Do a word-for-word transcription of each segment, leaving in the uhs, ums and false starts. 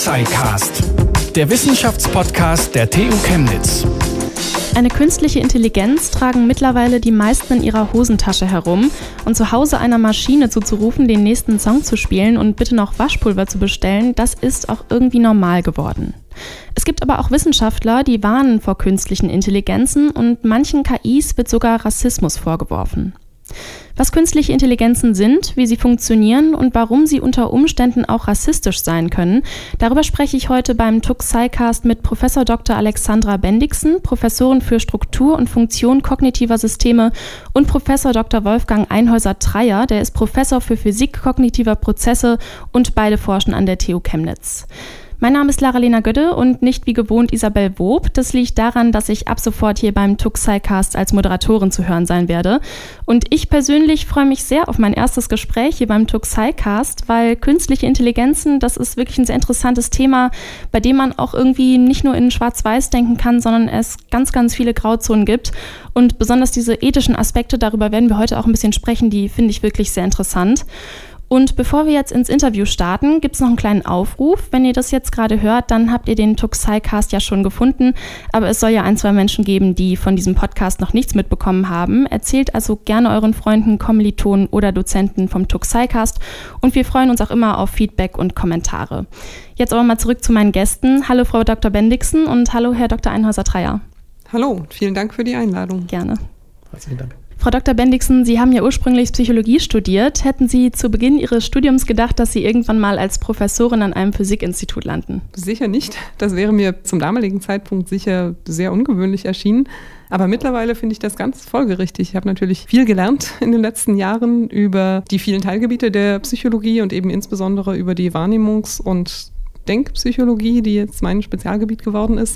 TuXIcast, der Wissenschaftspodcast der T U Chemnitz. Eine künstliche Intelligenz tragen mittlerweile die meisten in ihrer Hosentasche herum. Und zu Hause einer Maschine zuzurufen, den nächsten Song zu spielen und bitte noch Waschpulver zu bestellen, das ist auch irgendwie normal geworden. Es gibt aber auch Wissenschaftler, die warnen vor künstlichen Intelligenzen und manchen K Is wird sogar Rassismus vorgeworfen. Was künstliche Intelligenzen sind, wie sie funktionieren und warum sie unter Umständen auch rassistisch sein können, darüber spreche ich heute beim TuXIcast mit Professor Doktor Alexandra Bendixen, Professorin für Struktur und Funktion kognitiver Systeme und Professor Doktor Wolfgang Einhäuser-Treyer, der ist Professor für Physik kognitiver Prozesse und beide forschen an der T U Chemnitz. Mein Name ist Lara-Lena Gödde und nicht wie gewohnt Isabel Wob. Das liegt daran, dass ich ab sofort hier beim TuXIcast als Moderatorin zu hören sein werde. Und ich persönlich freue mich sehr auf mein erstes Gespräch hier beim TuXIcast, weil künstliche Intelligenzen, das ist wirklich ein sehr interessantes Thema, bei dem man auch irgendwie nicht nur in Schwarz-Weiß denken kann, sondern es ganz, ganz viele Grauzonen gibt. Und besonders diese ethischen Aspekte, darüber werden wir heute auch ein bisschen sprechen, die finde ich wirklich sehr interessant. Und bevor wir jetzt ins Interview starten, gibt es noch einen kleinen Aufruf. Wenn ihr das jetzt gerade hört, dann habt ihr den TuXIcast ja schon gefunden. Aber es soll ja ein, zwei Menschen geben, die von diesem Podcast noch nichts mitbekommen haben. Erzählt also gerne euren Freunden, Kommilitonen oder Dozenten vom TuXIcast. Und wir freuen uns auch immer auf Feedback und Kommentare. Jetzt aber mal zurück zu meinen Gästen. Hallo Frau Doktor Bendixen und hallo Herr Doktor Einhäuser-Treyer. Hallo, vielen Dank für die Einladung. Gerne. Herzlichen Dank. Frau Doktor Bendixen, Sie haben ja ursprünglich Psychologie studiert. Hätten Sie zu Beginn Ihres Studiums gedacht, dass Sie irgendwann mal als Professorin an einem Physikinstitut landen? Sicher nicht. Das wäre mir zum damaligen Zeitpunkt sicher sehr ungewöhnlich erschienen. Aber mittlerweile finde ich das ganz folgerichtig. Ich habe natürlich viel gelernt in den letzten Jahren über die vielen Teilgebiete der Psychologie und eben insbesondere über die Wahrnehmungs- und Denkpsychologie, die jetzt mein Spezialgebiet geworden ist.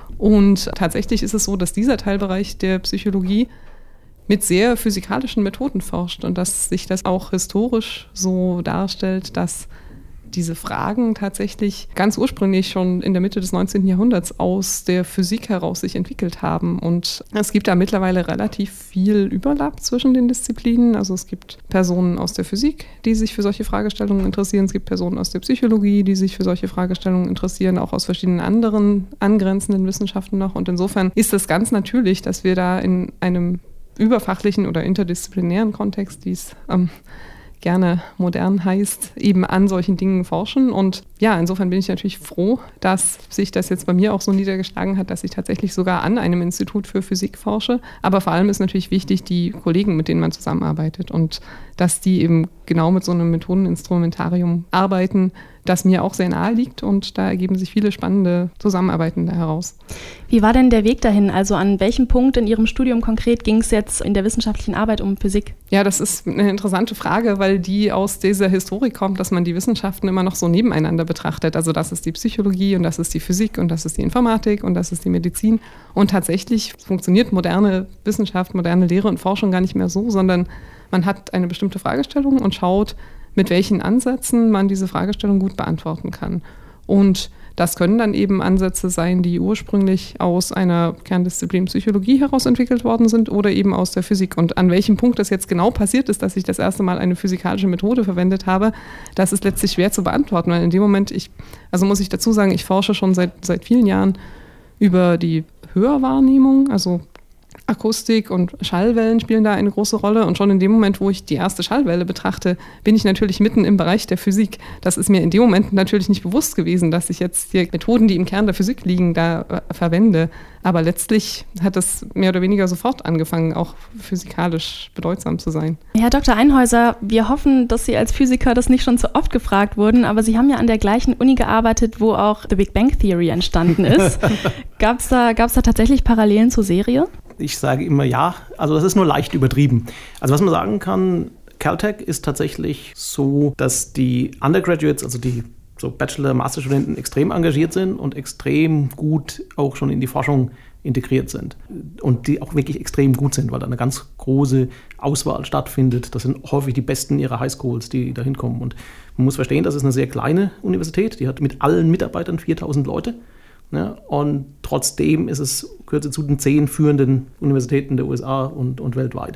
Und tatsächlich ist es so, dass dieser Teilbereich der Psychologie mit sehr physikalischen Methoden forscht und dass sich das auch historisch so darstellt, dass diese Fragen tatsächlich ganz ursprünglich schon in der Mitte des neunzehnten Jahrhunderts aus der Physik heraus sich entwickelt haben. Und es gibt da mittlerweile relativ viel Überlapp zwischen den Disziplinen. Also es gibt Personen aus der Physik, die sich für solche Fragestellungen interessieren. Es gibt Personen aus der Psychologie, die sich für solche Fragestellungen interessieren, auch aus verschiedenen anderen angrenzenden Wissenschaften noch. Und insofern ist es ganz natürlich, dass wir da in einem überfachlichen oder interdisziplinären Kontext, wie es ähm, gerne modern heißt, eben an solchen Dingen forschen. Und ja, insofern bin ich natürlich froh, dass sich das jetzt bei mir auch so niedergeschlagen hat, dass ich tatsächlich sogar an einem Institut für Physik forsche. Aber vor allem ist natürlich wichtig, die Kollegen, mit denen man zusammenarbeitet und dass die eben genau mit so einem Methodeninstrumentarium arbeiten, das mir auch sehr nahe liegt und da ergeben sich viele spannende Zusammenarbeiten da heraus. Wie war denn der Weg dahin? Also an welchem Punkt in Ihrem Studium konkret ging es jetzt in der wissenschaftlichen Arbeit um Physik? Ja, das ist eine interessante Frage, weil die aus dieser Historie kommt, dass man die Wissenschaften immer noch so nebeneinander betrachtet. Also das ist die Psychologie und das ist die Physik und das ist die Informatik und das ist die Medizin. Und tatsächlich funktioniert moderne Wissenschaft, moderne Lehre und Forschung gar nicht mehr so, sondern man hat eine bestimmte Fragestellung und schaut, mit welchen Ansätzen man diese Fragestellung gut beantworten kann. Und das können dann eben Ansätze sein, die ursprünglich aus einer Kerndisziplin Psychologie heraus entwickelt worden sind oder eben aus der Physik. Und an welchem Punkt das jetzt genau passiert ist, dass ich das erste Mal eine physikalische Methode verwendet habe, das ist letztlich schwer zu beantworten. Weil in dem Moment, ich, also muss ich dazu sagen, ich forsche schon seit, seit vielen Jahren über die Hörwahrnehmung, also Akustik und Schallwellen spielen da eine große Rolle. Und schon in dem Moment, wo ich die erste Schallwelle betrachte, bin ich natürlich mitten im Bereich der Physik. Das ist mir in dem Moment natürlich nicht bewusst gewesen, dass ich jetzt die Methoden, die im Kern der Physik liegen, da äh, verwende. Aber letztlich hat das mehr oder weniger sofort angefangen, auch physikalisch bedeutsam zu sein. Herr Doktor Einhäuser, wir hoffen, dass Sie als Physiker das nicht schon zu oft gefragt wurden, aber Sie haben ja an der gleichen Uni gearbeitet, wo auch The Big Bang Theory entstanden ist. Gab es da, gab's da tatsächlich Parallelen zur Serie? Ich sage immer ja, also das ist nur leicht übertrieben. Also was man sagen kann, Caltech ist tatsächlich so, dass die Undergraduates, also die so Bachelor-, Masterstudenten extrem engagiert sind und extrem gut auch schon in die Forschung integriert sind. Und die auch wirklich extrem gut sind, weil da eine ganz große Auswahl stattfindet. Das sind häufig die Besten ihrer Highschools, die da hinkommen. Und man muss verstehen, das ist eine sehr kleine Universität, die hat mit allen Mitarbeitern viertausend Leute. Ja, und trotzdem ist es, gehört sie zu den zehn führenden Universitäten der U S A und, und weltweit.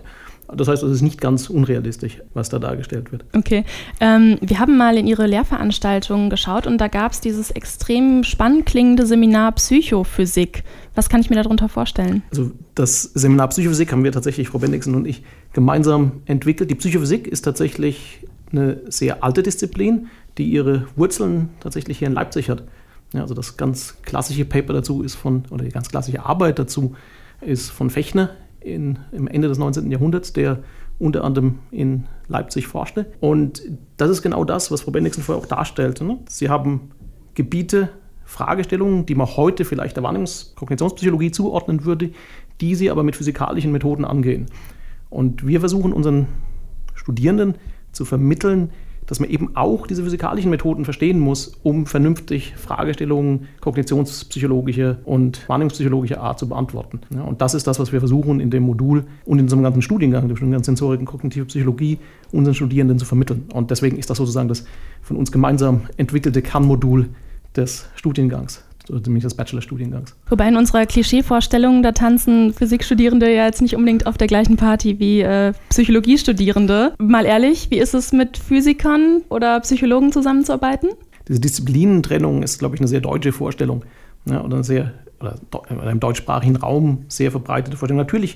Das heißt, es ist nicht ganz unrealistisch, was da dargestellt wird. Okay. Ähm, wir haben mal in Ihre Lehrveranstaltungen geschaut und da gab es dieses extrem spannend klingende Seminar Psychophysik. Was kann ich mir darunter vorstellen? Also das Seminar Psychophysik haben wir tatsächlich, Frau Bendixen und ich, gemeinsam entwickelt. Die Psychophysik ist tatsächlich eine sehr alte Disziplin, die ihre Wurzeln tatsächlich hier in Leipzig hat. Ja, also das ganz klassische Paper dazu ist von, oder die ganz klassische Arbeit dazu ist von Fechner in, im Ende des neunzehnten Jahrhunderts, der unter anderem in Leipzig forschte. Und das ist genau das, was Frau Bendixen vorher auch darstellte. Ne? Sie haben Gebiete, Fragestellungen, die man heute vielleicht der Wahrnehmungs-Kognitionspsychologie zuordnen würde, die sie aber mit physikalischen Methoden angehen. Und wir versuchen unseren Studierenden zu vermitteln, dass man eben auch diese physikalischen Methoden verstehen muss, um vernünftig Fragestellungen kognitionspsychologischer und wahrnehmungspsychologischer Art zu beantworten. Ja, und das ist das, was wir versuchen in dem Modul und in unserem ganzen Studiengang, dem Studiengang Sensorik und kognitive Psychologie, unseren Studierenden zu vermitteln. Und deswegen ist das sozusagen das von uns gemeinsam entwickelte Kernmodul des Studiengangs, nämlich des Bachelorstudiengangs. Wobei in unserer Klischeevorstellung, da tanzen Physikstudierende ja jetzt nicht unbedingt auf der gleichen Party wie äh, Psychologiestudierende. Mal ehrlich, wie ist es mit Physikern oder Psychologen zusammenzuarbeiten? Diese Disziplinentrennung ist, glaube ich, eine sehr deutsche Vorstellung, ja, oder, eine sehr, oder im deutschsprachigen Raum sehr verbreitete Vorstellung. Natürlich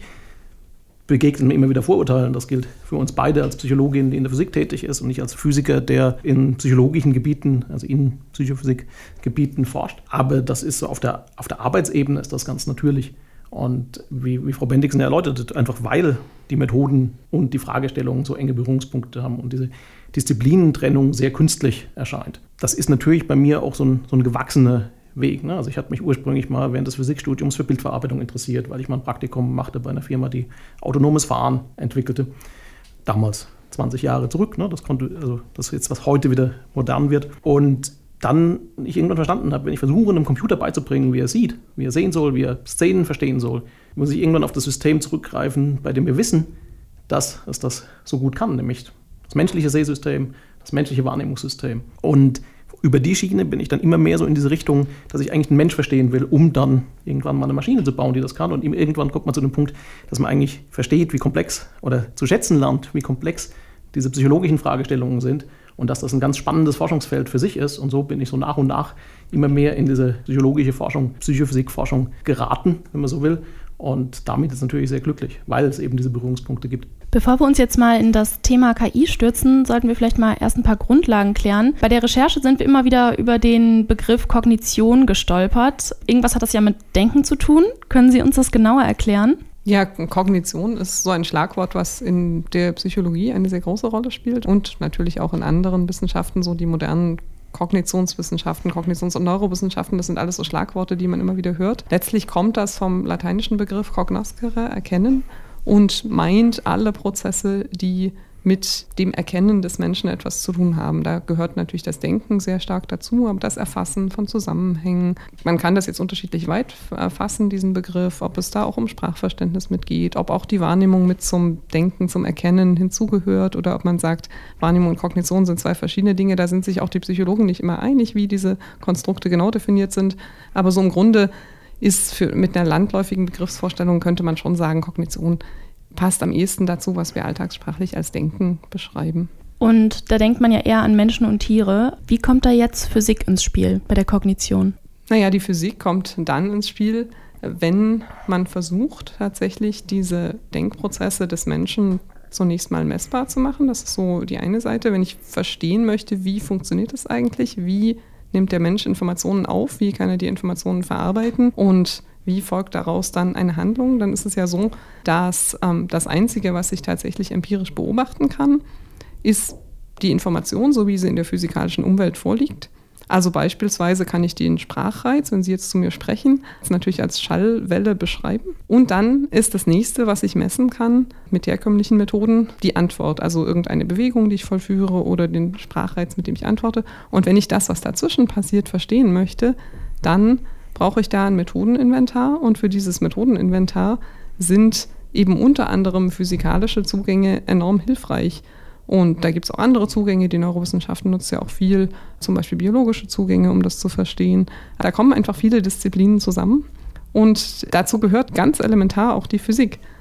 begegnen mir immer wieder Vorurteilen. Das gilt für uns beide als Psychologin, die in der Physik tätig ist und nicht als Physiker, der in psychologischen Gebieten, also in Psychophysikgebieten forscht. Aber das ist so auf der, auf der Arbeitsebene ist das ganz natürlich. Und wie, wie Frau Bendixen erläutert hat, einfach weil die Methoden und die Fragestellungen so enge Berührungspunkte haben und diese Disziplinentrennung sehr künstlich erscheint. Das ist natürlich bei mir auch so ein, so ein gewachsener Weg. Ne? Also ich hatte mich ursprünglich mal während des Physikstudiums für Bildverarbeitung interessiert, weil ich mal ein Praktikum machte bei einer Firma, die autonomes Fahren entwickelte. Damals zwanzig Jahre zurück. Ne? Das konnte, also das ist jetzt, was heute wieder modern wird. Und dann ich irgendwann verstanden habe, wenn ich versuche, einem Computer beizubringen, wie er sieht, wie er sehen soll, wie er Szenen verstehen soll, muss ich irgendwann auf das System zurückgreifen, bei dem wir wissen, dass es das so gut kann, nämlich das menschliche Sehsystem, das menschliche Wahrnehmungssystem. Und über die Schiene bin ich dann immer mehr so in diese Richtung, dass ich eigentlich einen Mensch verstehen will, um dann irgendwann mal eine Maschine zu bauen, die das kann. Und irgendwann kommt man zu dem Punkt, dass man eigentlich versteht, wie komplex oder zu schätzen lernt, wie komplex diese psychologischen Fragestellungen sind und dass das ein ganz spannendes Forschungsfeld für sich ist. Und so bin ich so nach und nach immer mehr in diese psychologische Forschung, Psychophysikforschung geraten, wenn man so will. Und damit ist es natürlich sehr glücklich, weil es eben diese Berührungspunkte gibt. Bevor wir uns jetzt mal in das Thema K I stürzen, sollten wir vielleicht mal erst ein paar Grundlagen klären. Bei der Recherche sind wir immer wieder über den Begriff Kognition gestolpert. Irgendwas hat das ja mit Denken zu tun. Können Sie uns das genauer erklären? Ja, Kognition ist so ein Schlagwort, was in der Psychologie eine sehr große Rolle spielt und natürlich auch in anderen Wissenschaften, so die modernen Kognitionswissenschaften, Kognitions- und Neurowissenschaften, das sind alles so Schlagworte, die man immer wieder hört. Letztlich kommt das vom lateinischen Begriff cognoscere, erkennen, und meint alle Prozesse, die mit dem Erkennen des Menschen etwas zu tun haben. Da gehört natürlich das Denken sehr stark dazu, aber das Erfassen von Zusammenhängen. Man kann das jetzt unterschiedlich weit erfassen, diesen Begriff, ob es da auch um Sprachverständnis mitgeht, ob auch die Wahrnehmung mit zum Denken, zum Erkennen hinzugehört oder ob man sagt, Wahrnehmung und Kognition sind zwei verschiedene Dinge. Da sind sich auch die Psychologen nicht immer einig, wie diese Konstrukte genau definiert sind. Aber so im Grunde ist für, mit einer landläufigen Begriffsvorstellung könnte man schon sagen, Kognition passt am ehesten dazu, was wir alltagssprachlich als Denken beschreiben. Und da denkt man ja eher an Menschen und Tiere. Wie kommt da jetzt Physik ins Spiel bei der Kognition? Naja, die Physik kommt dann ins Spiel, wenn man versucht, tatsächlich diese Denkprozesse des Menschen zunächst mal messbar zu machen. Das ist so die eine Seite. Wenn ich verstehen möchte, wie funktioniert das eigentlich, wie nimmt der Mensch Informationen auf, wie kann er die Informationen verarbeiten und wie folgt daraus dann eine Handlung, dann ist es ja so, dass ähm, das Einzige, was ich tatsächlich empirisch beobachten kann, ist die Information, so wie sie in der physikalischen Umwelt vorliegt. Also beispielsweise kann ich den Sprachreiz, wenn Sie jetzt zu mir sprechen, natürlich als Schallwelle beschreiben. Und dann ist das Nächste, was ich messen kann mit herkömmlichen Methoden, die Antwort. Also irgendeine Bewegung, die ich vollführe oder den Sprachreiz, mit dem ich antworte. Und wenn ich das, was dazwischen passiert, verstehen möchte, dann brauche ich da ein Methodeninventar. Und für dieses Methodeninventar sind eben unter anderem physikalische Zugänge enorm hilfreich. Und da gibt es auch andere Zugänge, die Neurowissenschaften nutzt ja auch viel, zum Beispiel biologische Zugänge, um das zu verstehen. Da kommen einfach viele Disziplinen zusammen und dazu gehört ganz elementar auch die Physik.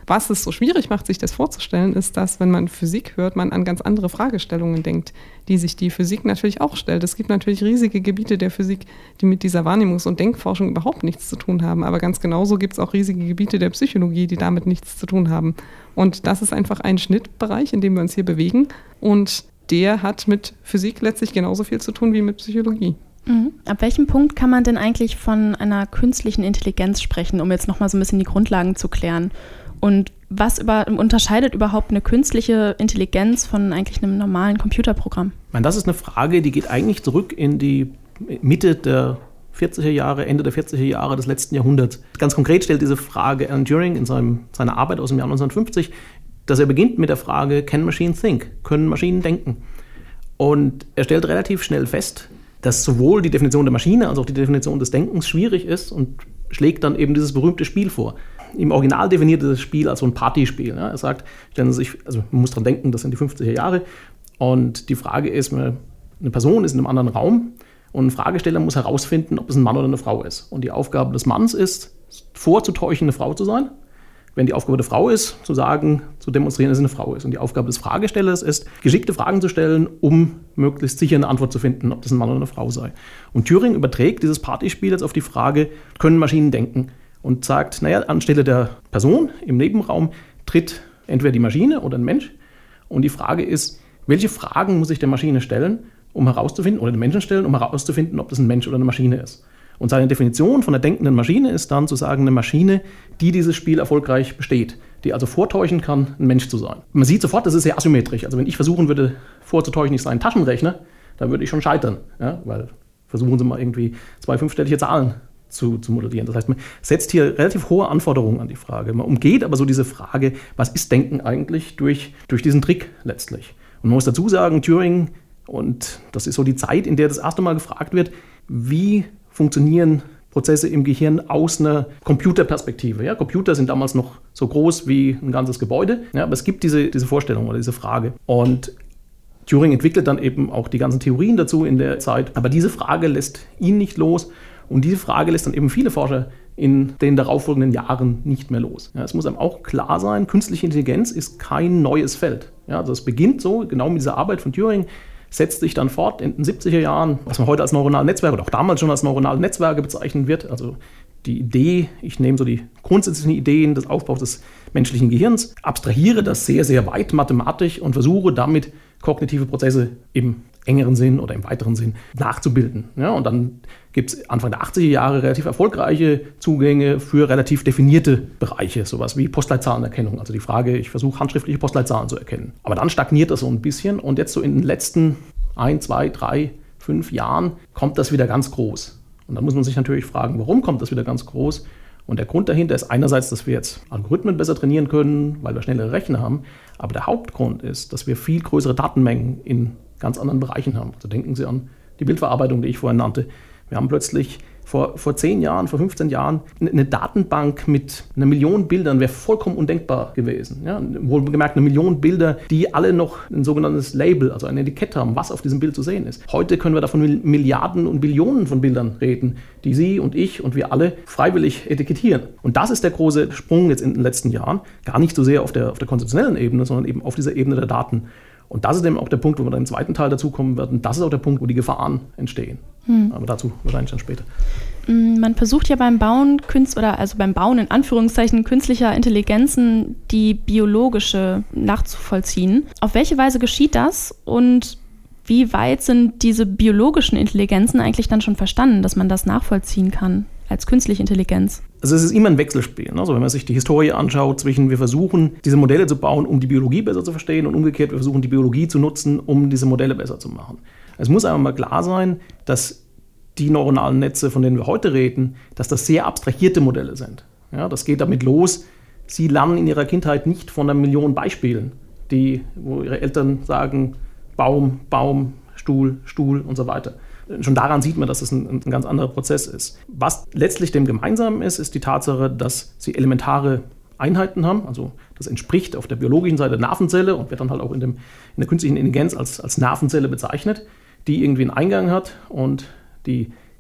Was es so schwierig macht, sich das vorzustellen, ist, dass, wenn man Physik hört, man an ganz andere Fragestellungen denkt, die sich die Physik natürlich auch stellt. Es gibt natürlich riesige Gebiete der Physik, die mit dieser Wahrnehmungs- und Denkforschung überhaupt nichts zu tun haben. Aber ganz genauso gibt es auch riesige Gebiete der Psychologie, die damit nichts zu tun haben. Und das ist einfach ein Schnittbereich, in dem wir uns hier bewegen. Und der hat mit Physik letztlich genauso viel zu tun wie mit Psychologie. Mhm. Ab welchem Punkt kann man denn eigentlich von einer künstlichen Intelligenz sprechen, um jetzt nochmal so ein bisschen die Grundlagen zu klären? Und was über, unterscheidet überhaupt eine künstliche Intelligenz von eigentlich einem normalen Computerprogramm? Ich meine, das ist eine Frage, die geht eigentlich zurück in die Mitte der vierziger Jahre, Ende der vierziger Jahre des letzten Jahrhunderts. Ganz konkret stellt diese Frage Alan Turing in seinem, seiner Arbeit aus dem Jahr neunzehnhundertfünfzig, dass er beginnt mit der Frage, can machine think? Können Maschinen denken? Und er stellt relativ schnell fest, dass sowohl die Definition der Maschine als auch die Definition des Denkens schwierig ist und schlägt dann eben dieses berühmte Spiel vor. Im Original definiert er das Spiel als so ein Partyspiel. Ja. Er sagt, stellen Sie sich, also man muss dran denken, das sind die fünfziger Jahre. Und die Frage ist, eine Person ist in einem anderen Raum und ein Fragesteller muss herausfinden, ob es ein Mann oder eine Frau ist. Und die Aufgabe des Manns ist, vorzutäuschen, eine Frau zu sein. Wenn die Aufgabe der Frau ist, zu sagen, zu demonstrieren, dass es eine Frau ist. Und die Aufgabe des Fragestellers ist, geschickte Fragen zu stellen, um möglichst sicher eine Antwort zu finden, ob das ein Mann oder eine Frau sei. Und Turing überträgt dieses Partyspiel jetzt auf die Frage, können Maschinen denken? Und sagt, naja, anstelle der Person im Nebenraum tritt entweder die Maschine oder ein Mensch. Und die Frage ist, welche Fragen muss ich der Maschine stellen, um herauszufinden, oder den Menschen stellen, um herauszufinden, ob das ein Mensch oder eine Maschine ist. Und seine Definition von der denkenden Maschine ist dann zu sagen, eine Maschine, die dieses Spiel erfolgreich besteht, die also vortäuschen kann, ein Mensch zu sein. Man sieht sofort, das ist sehr asymmetrisch. Also wenn ich versuchen würde, vorzutäuschen, ich sei ein Taschenrechner, dann würde ich schon scheitern. Ja? Weil versuchen Sie mal irgendwie zwei fünfstellige Zahlen Zu, zu modellieren. Das heißt, man setzt hier relativ hohe Anforderungen an die Frage. Man umgeht aber so diese Frage, was ist Denken eigentlich, durch, durch diesen Trick letztlich. Und man muss dazu sagen, Turing, und das ist so die Zeit, in der das erste Mal gefragt wird, wie funktionieren Prozesse im Gehirn aus einer Computerperspektive. Ja, Computer sind damals noch so groß wie ein ganzes Gebäude, ja, aber es gibt diese, diese Vorstellung oder diese Frage. Und Turing entwickelt dann eben auch die ganzen Theorien dazu in der Zeit, aber diese Frage lässt ihn nicht los. Und diese Frage lässt dann eben viele Forscher in den darauffolgenden Jahren nicht mehr los. Ja, es muss einem auch klar sein, künstliche Intelligenz ist kein neues Feld. Ja, also es beginnt so, genau mit dieser Arbeit von Turing, setzt sich dann fort in den siebziger Jahren, was man heute als neuronale Netzwerke oder auch damals schon als neuronale Netzwerke bezeichnen wird. Also die Idee, ich nehme so die grundsätzlichen Ideen des Aufbaus des menschlichen Gehirns, abstrahiere das sehr, sehr weit mathematisch und versuche damit kognitive Prozesse im engeren Sinn oder im weiteren Sinn nachzubilden. Ja, und dann gibt es Anfang der achtziger Jahre relativ erfolgreiche Zugänge für relativ definierte Bereiche, sowas wie Postleitzahlenerkennung. Also die Frage, ich versuche handschriftliche Postleitzahlen zu erkennen. Aber dann stagniert das so ein bisschen und jetzt so in den letzten ein, zwei, drei, fünf Jahren kommt das wieder ganz groß. Und dann muss man sich natürlich fragen, warum kommt das wieder ganz groß? Und der Grund dahinter ist einerseits, dass wir jetzt Algorithmen besser trainieren können, weil wir schnellere Rechner haben. Aber der Hauptgrund ist, dass wir viel größere Datenmengen in ganz anderen Bereichen haben. Also denken Sie an die Bildverarbeitung, die ich vorhin nannte. Wir haben plötzlich vor, vor zehn Jahren, vor fünfzehn Jahren eine Datenbank mit einer Million Bildern wäre vollkommen undenkbar gewesen. Ja, wohlgemerkt eine Million Bilder, die alle noch ein sogenanntes Label, also ein Etikett haben, was auf diesem Bild zu sehen ist. Heute können wir davon Milliarden und Billionen von Bildern reden, die Sie und ich und wir alle freiwillig etikettieren. Und das ist der große Sprung jetzt in den letzten Jahren. Gar nicht so sehr auf der, auf der konzeptionellen Ebene, sondern eben auf dieser Ebene der Daten. Und das ist eben auch der Punkt, wo wir dann im zweiten Teil dazukommen werden. Das ist auch der Punkt, wo die Gefahren entstehen. Hm. Aber dazu wahrscheinlich dann später. Man versucht ja beim Bauen Künst oder also beim Bauen in Anführungszeichen künstlicher Intelligenzen die biologische nachzuvollziehen. Auf welche Weise geschieht das und wie weit sind diese biologischen Intelligenzen eigentlich dann schon verstanden, dass man das nachvollziehen kann als künstliche Intelligenz? Also es ist immer ein Wechselspiel. Also wenn man sich die Historie anschaut, zwischen wir versuchen, diese Modelle zu bauen, um die Biologie besser zu verstehen und umgekehrt, wir versuchen, die Biologie zu nutzen, um diese Modelle besser zu machen. Es muss einfach mal klar sein, dass die neuronalen Netze, von denen wir heute reden, dass das sehr abstrahierte Modelle sind. Ja, das geht damit los, sie lernen in ihrer Kindheit nicht von einer Million Beispielen, die, wo ihre Eltern sagen, Baum, Baum, Stuhl, Stuhl und so weiter. Schon daran sieht man, dass es ein, ein ganz anderer Prozess ist. Was letztlich dem gemeinsam ist, ist die Tatsache, dass sie elementare Einheiten haben. Also das entspricht auf der biologischen Seite der Nervenzelle und wird dann halt auch in, dem, in der künstlichen Intelligenz als, als Nervenzelle bezeichnet, die irgendwie einen Eingang hat und die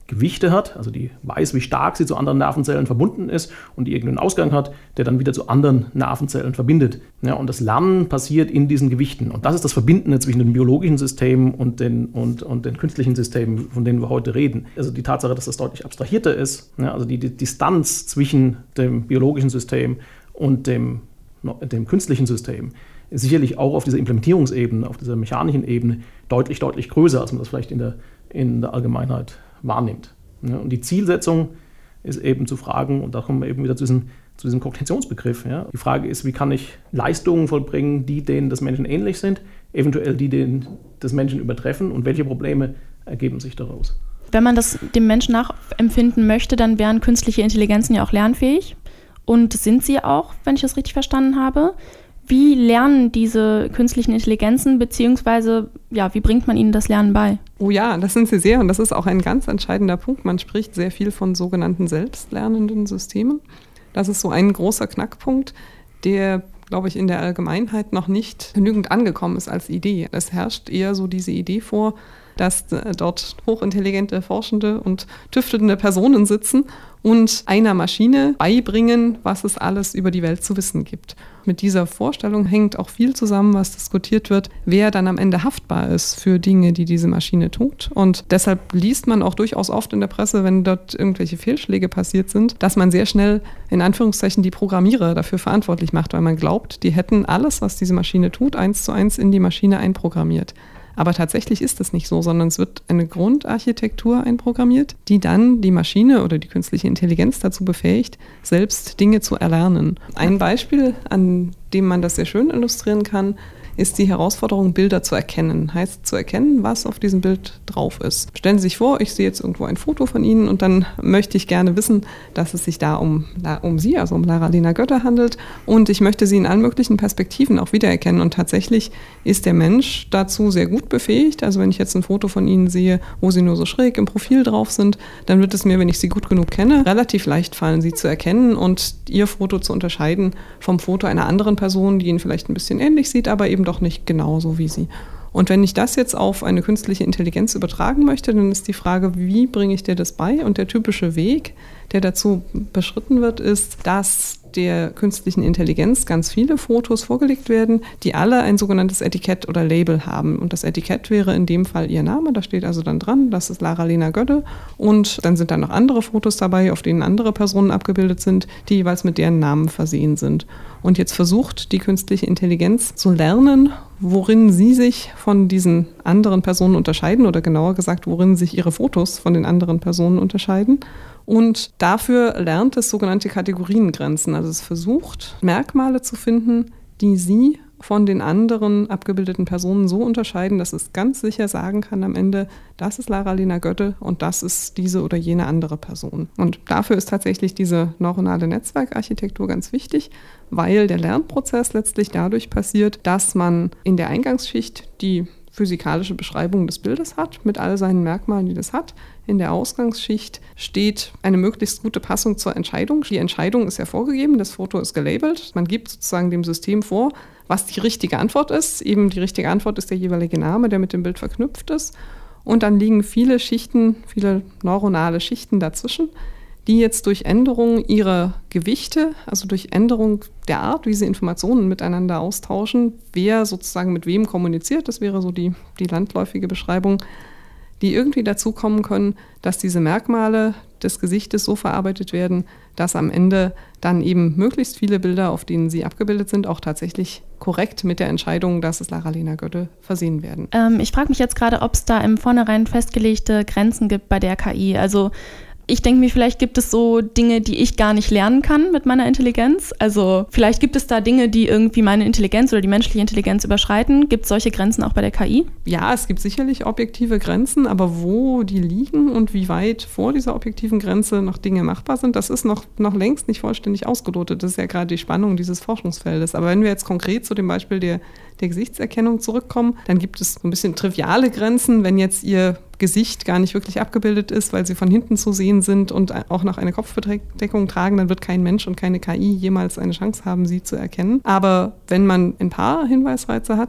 Gewichte hat, also die weiß, wie stark sie zu anderen Nervenzellen verbunden ist und die irgendeinen Ausgang hat, der dann wieder zu anderen Nervenzellen verbindet. Ja, und das Lernen passiert in diesen Gewichten. Und das ist das Verbindende zwischen den biologischen Systemen und den, und, und den künstlichen Systemen, von denen wir heute reden. Also die Tatsache, dass das deutlich abstrahierter ist, ja, also die, die Distanz zwischen dem biologischen System und dem, dem künstlichen System, ist sicherlich auch auf dieser Implementierungsebene, auf dieser mechanischen Ebene deutlich, deutlich größer, als man das vielleicht in der, in der Allgemeinheit wahrnimmt. Ja, und die Zielsetzung ist eben zu fragen, und da kommen wir eben wieder zu diesem, zu diesem Kognitionsbegriff. Ja. Die Frage ist, wie kann ich Leistungen vollbringen, die denen des Menschen ähnlich sind, eventuell die denen des Menschen übertreffen, und welche Probleme ergeben sich daraus. Wenn man das dem Menschen nachempfinden möchte, dann wären künstliche Intelligenzen ja auch lernfähig, und sind sie auch, wenn ich das richtig verstanden habe. Wie lernen diese künstlichen Intelligenzen, beziehungsweise ja, wie bringt man ihnen das Lernen bei? Oh ja, das sind sie sehr, und das ist auch ein ganz entscheidender Punkt. Man spricht sehr viel von sogenannten selbstlernenden Systemen. Das ist so ein großer Knackpunkt, der, glaube ich, in der Allgemeinheit noch nicht genügend angekommen ist als Idee. Es herrscht eher so diese Idee vor, dass dort hochintelligente, forschende und tüftelnde Personen sitzen und einer Maschine beibringen, was es alles über die Welt zu wissen gibt. Mit dieser Vorstellung hängt auch viel zusammen, was diskutiert wird, wer dann am Ende haftbar ist für Dinge, die diese Maschine tut. Und deshalb liest man auch durchaus oft in der Presse, wenn dort irgendwelche Fehlschläge passiert sind, dass man sehr schnell in Anführungszeichen die Programmierer dafür verantwortlich macht, weil man glaubt, die hätten alles, was diese Maschine tut, eins zu eins in die Maschine einprogrammiert. Aber tatsächlich ist das nicht so, sondern es wird eine Grundarchitektur einprogrammiert, die dann die Maschine oder die künstliche Intelligenz dazu befähigt, selbst Dinge zu erlernen. Ein Beispiel, an dem man das sehr schön illustrieren kann, ist die Herausforderung, Bilder zu erkennen. Heißt zu erkennen, was auf diesem Bild drauf ist. Stellen Sie sich vor, ich sehe jetzt irgendwo ein Foto von Ihnen und dann möchte ich gerne wissen, dass es sich da um, um Sie, also um Lara-Lena Götte handelt, und ich möchte Sie in allen möglichen Perspektiven auch wiedererkennen. Und tatsächlich ist der Mensch dazu sehr gut befähigt. Also wenn ich jetzt ein Foto von Ihnen sehe, wo Sie nur so schräg im Profil drauf sind, dann wird es mir, wenn ich Sie gut genug kenne, relativ leicht fallen, Sie zu erkennen und Ihr Foto zu unterscheiden vom Foto einer anderen Person, die Ihnen vielleicht ein bisschen ähnlich sieht, aber eben doch nicht genauso wie Sie. Und wenn ich das jetzt auf eine künstliche Intelligenz übertragen möchte, dann ist die Frage, wie bringe ich dir das bei? Und der typische Weg, der dazu beschritten wird, ist, dass der künstlichen Intelligenz ganz viele Fotos vorgelegt werden, die alle ein sogenanntes Etikett oder Label haben. Und das Etikett wäre in dem Fall ihr Name, da steht also dann dran, das ist Lara-Lena Götte. Und dann sind da noch andere Fotos dabei, auf denen andere Personen abgebildet sind, die jeweils mit deren Namen versehen sind. Und jetzt versucht die künstliche Intelligenz zu lernen, worin sie sich von diesen anderen Personen unterscheiden, oder genauer gesagt, worin sich ihre Fotos von den anderen Personen unterscheiden. Und dafür lernt es sogenannte Kategoriengrenzen. Also es versucht, Merkmale zu finden, die sie von den anderen abgebildeten Personen so unterscheiden, dass es ganz sicher sagen kann am Ende, das ist Lara-Lena Götte und das ist diese oder jene andere Person. Und dafür ist tatsächlich diese neuronale Netzwerkarchitektur ganz wichtig, weil der Lernprozess letztlich dadurch passiert, dass man in der Eingangsschicht die physikalische Beschreibung des Bildes hat, mit all seinen Merkmalen, die das hat. In der Ausgangsschicht steht eine möglichst gute Passung zur Entscheidung. Die Entscheidung ist ja vorgegeben, das Foto ist gelabelt. Man gibt sozusagen dem System vor, was die richtige Antwort ist. Eben die richtige Antwort ist der jeweilige Name, der mit dem Bild verknüpft ist. Und dann liegen viele Schichten, viele neuronale Schichten dazwischen, die jetzt durch Änderung ihrer Gewichte, also durch Änderung der Art, wie sie Informationen miteinander austauschen, wer sozusagen mit wem kommuniziert, das wäre so die, die landläufige Beschreibung, die irgendwie dazu kommen können, dass diese Merkmale des Gesichtes so verarbeitet werden, dass am Ende dann eben möglichst viele Bilder, auf denen sie abgebildet sind, auch tatsächlich korrekt mit der Entscheidung, dass es Lara-Lena Götte versehen werden. Ähm, ich frage mich jetzt gerade, ob es da im Vornherein festgelegte Grenzen gibt bei der K I. Also ich denke mir, vielleicht gibt es so Dinge, die ich gar nicht lernen kann mit meiner Intelligenz. Also vielleicht gibt es da Dinge, die irgendwie meine Intelligenz oder die menschliche Intelligenz überschreiten. Gibt es solche Grenzen auch bei der K I? Ja, es gibt sicherlich objektive Grenzen, aber wo die liegen und wie weit vor dieser objektiven Grenze noch Dinge machbar sind, das ist noch, noch längst nicht vollständig ausgelotet. Das ist ja gerade die Spannung dieses Forschungsfeldes. Aber wenn wir jetzt konkret zu dem Beispiel der, der Gesichtserkennung zurückkommen, dann gibt es so ein bisschen triviale Grenzen, wenn jetzt Ihr Gesicht gar nicht wirklich abgebildet ist, weil sie von hinten zu sehen sind und auch noch eine Kopfbedeckung tragen, dann wird kein Mensch und keine K I jemals eine Chance haben, sie zu erkennen. Aber wenn man ein paar Hinweisreize hat,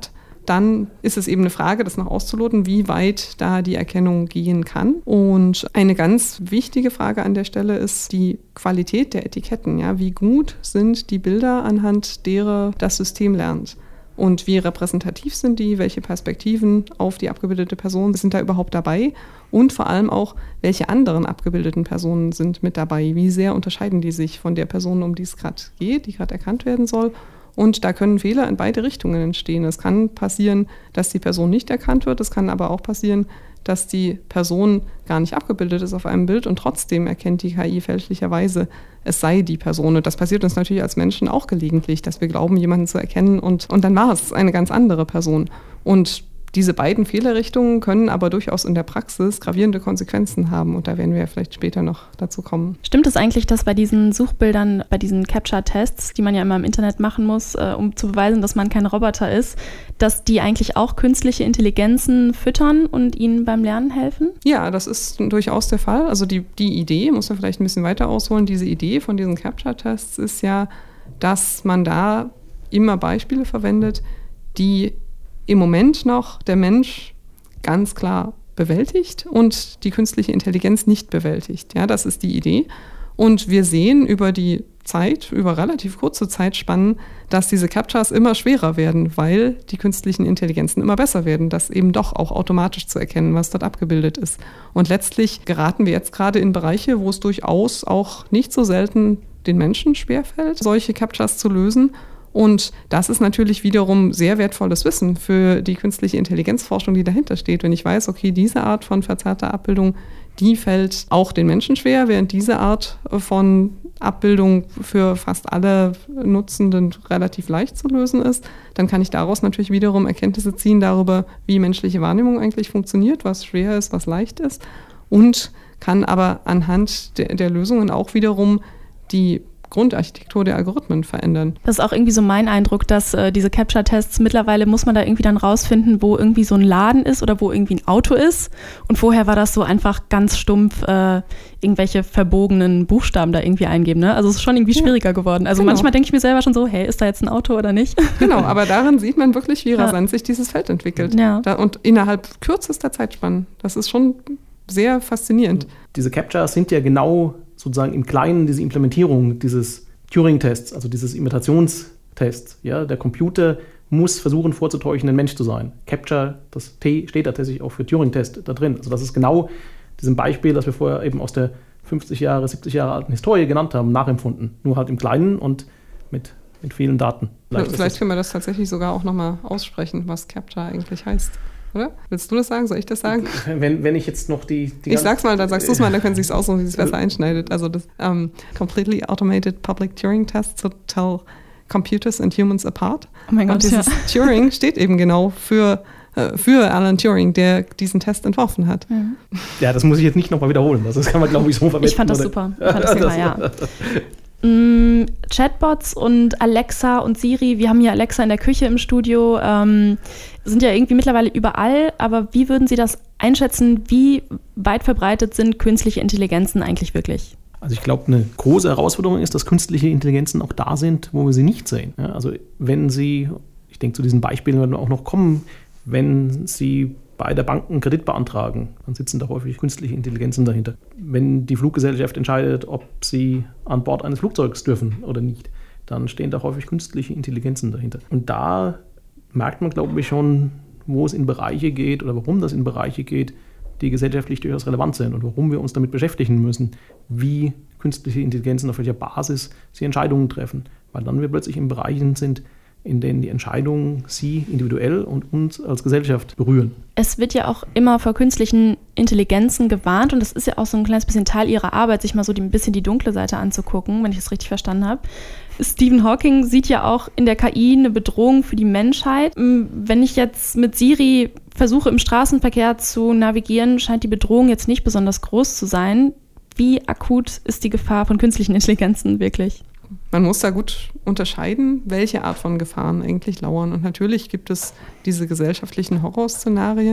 dann ist es eben eine Frage, das noch auszuloten, wie weit da die Erkennung gehen kann. Und eine ganz wichtige Frage an der Stelle ist die Qualität der Etiketten. Ja? Wie gut sind die Bilder, anhand derer das System lernt? Und wie repräsentativ sind die? Welche Perspektiven auf die abgebildete Person sind da überhaupt dabei? Und vor allem auch, welche anderen abgebildeten Personen sind mit dabei? Wie sehr unterscheiden die sich von der Person, um die es gerade geht, die gerade erkannt werden soll? Und da können Fehler in beide Richtungen entstehen. Es kann passieren, dass die Person nicht erkannt wird. Es kann aber auch passieren, dass die Person gar nicht abgebildet ist auf einem Bild und trotzdem erkennt die K I fälschlicherweise, es sei die Person. Und das passiert uns natürlich als Menschen auch gelegentlich, dass wir glauben, jemanden zu erkennen und, und dann war es eine ganz andere Person. Und diese beiden Fehlerrichtungen können aber durchaus in der Praxis gravierende Konsequenzen haben. Und da werden wir ja vielleicht später noch dazu kommen. Stimmt es eigentlich, dass bei diesen Suchbildern, bei diesen Captcha-Tests, die man ja immer im Internet machen muss, äh, um zu beweisen, dass man kein Roboter ist, dass die eigentlich auch künstliche Intelligenzen füttern und ihnen beim Lernen helfen? Ja, das ist durchaus der Fall. Also die, die Idee, muss man vielleicht ein bisschen weiter ausholen, diese Idee von diesen Captcha-Tests ist ja, dass man da immer Beispiele verwendet, die im Moment noch der Mensch ganz klar bewältigt und die künstliche Intelligenz nicht bewältigt. Ja, das ist die Idee. Und wir sehen über die Zeit, über relativ kurze Zeitspannen, dass diese Captchas immer schwerer werden, weil die künstlichen Intelligenzen immer besser werden, das eben doch auch automatisch zu erkennen, was dort abgebildet ist. Und letztlich geraten wir jetzt gerade in Bereiche, wo es durchaus auch nicht so selten den Menschen schwerfällt, solche Captchas zu lösen. Und das ist natürlich wiederum sehr wertvolles Wissen für die künstliche Intelligenzforschung, die dahinter steht. Wenn ich weiß, okay, diese Art von verzerrter Abbildung, die fällt auch den Menschen schwer, während diese Art von Abbildung für fast alle Nutzenden relativ leicht zu lösen ist, dann kann ich daraus natürlich wiederum Erkenntnisse ziehen darüber, wie menschliche Wahrnehmung eigentlich funktioniert, was schwer ist, was leicht ist und kann aber anhand der, der Lösungen auch wiederum die Grundarchitektur der Algorithmen verändern. Das ist auch irgendwie so mein Eindruck, dass äh, diese Captcha-Tests, mittlerweile muss man da irgendwie dann rausfinden, wo irgendwie so ein Laden ist oder wo irgendwie ein Auto ist. Und vorher war das so einfach ganz stumpf äh, irgendwelche verbogenen Buchstaben da irgendwie eingeben. Ne? Also es ist schon irgendwie schwieriger ja, geworden. Also genau. Manchmal denke ich mir selber schon so, hey, ist da jetzt ein Auto oder nicht? Genau, aber daran sieht man wirklich, wie rasant ja. sich dieses Feld entwickelt. Ja. Da, und innerhalb kürzester Zeitspannen. Das ist schon sehr faszinierend. Diese Captchas sind ja genau sozusagen im Kleinen diese Implementierung dieses Turing-Tests, also dieses Imitationstests. Ja? Der Computer muss versuchen vorzutäuschen, ein Mensch zu sein. Captcha, das T steht tatsächlich auch für Turing-Test da drin. Also das ist genau diesem Beispiel, das wir vorher eben aus der fünfzig Jahre, siebzig Jahre alten Historie genannt haben, nachempfunden. Nur halt im Kleinen und mit, mit vielen Daten. Vielleicht, Vielleicht können wir das tatsächlich sogar auch nochmal aussprechen, was Captcha eigentlich heißt. Oder? Willst du das sagen? Soll ich das sagen? Wenn, wenn ich jetzt noch die... die ich sag's mal, dann sagst du es mal, dann können sie es aussuchen, wie es besser einschneidet. Also das um, Completely Automated Public Turing Test to tell computers and humans apart. Oh mein Gott, und dieses ja. Turing steht eben genau für, äh, für Alan Turing, der diesen Test entworfen hat. Mhm. Ja, das muss ich jetzt nicht nochmal wiederholen. Das kann man, glaube ich, so verwenden. Ich fand das oder? super. Ich fand das super, ja. Mm, Chatbots und Alexa und Siri, wir haben hier Alexa in der Küche im Studio, ähm, sind ja irgendwie mittlerweile überall, aber wie würden Sie das einschätzen, wie weit verbreitet sind künstliche Intelligenzen eigentlich wirklich? Also ich glaube, eine große Herausforderung ist, dass künstliche Intelligenzen auch da sind, wo wir sie nicht sehen. Ja, also wenn Sie, ich denke, zu diesen Beispielen werden wir auch noch kommen, wenn Sie bei der Bank einen Kredit beantragen, dann sitzen da häufig künstliche Intelligenzen dahinter. Wenn die Fluggesellschaft entscheidet, ob sie an Bord eines Flugzeugs dürfen oder nicht, dann stehen da häufig künstliche Intelligenzen dahinter. Und da merkt man, glaube ich, schon, wo es in Bereiche geht oder warum das in Bereiche geht, die gesellschaftlich durchaus relevant sind und warum wir uns damit beschäftigen müssen, wie künstliche Intelligenzen, auf welcher Basis sie Entscheidungen treffen. Weil dann wir plötzlich in Bereichen sind, in denen die Entscheidungen sie individuell und uns als Gesellschaft berühren. Es wird ja auch immer vor künstlichen Intelligenzen gewarnt und das ist ja auch so ein kleines bisschen Teil ihrer Arbeit, sich mal so ein bisschen die dunkle Seite anzugucken, wenn ich das richtig verstanden habe. Stephen Hawking sieht ja auch in der K I eine Bedrohung für die Menschheit. Wenn ich jetzt mit Siri versuche, im Straßenverkehr zu navigieren, scheint die Bedrohung jetzt nicht besonders groß zu sein. Wie akut ist die Gefahr von künstlichen Intelligenzen wirklich? Man muss da gut unterscheiden, welche Art von Gefahren eigentlich lauern. Und natürlich gibt es diese gesellschaftlichen Horrorszenarien,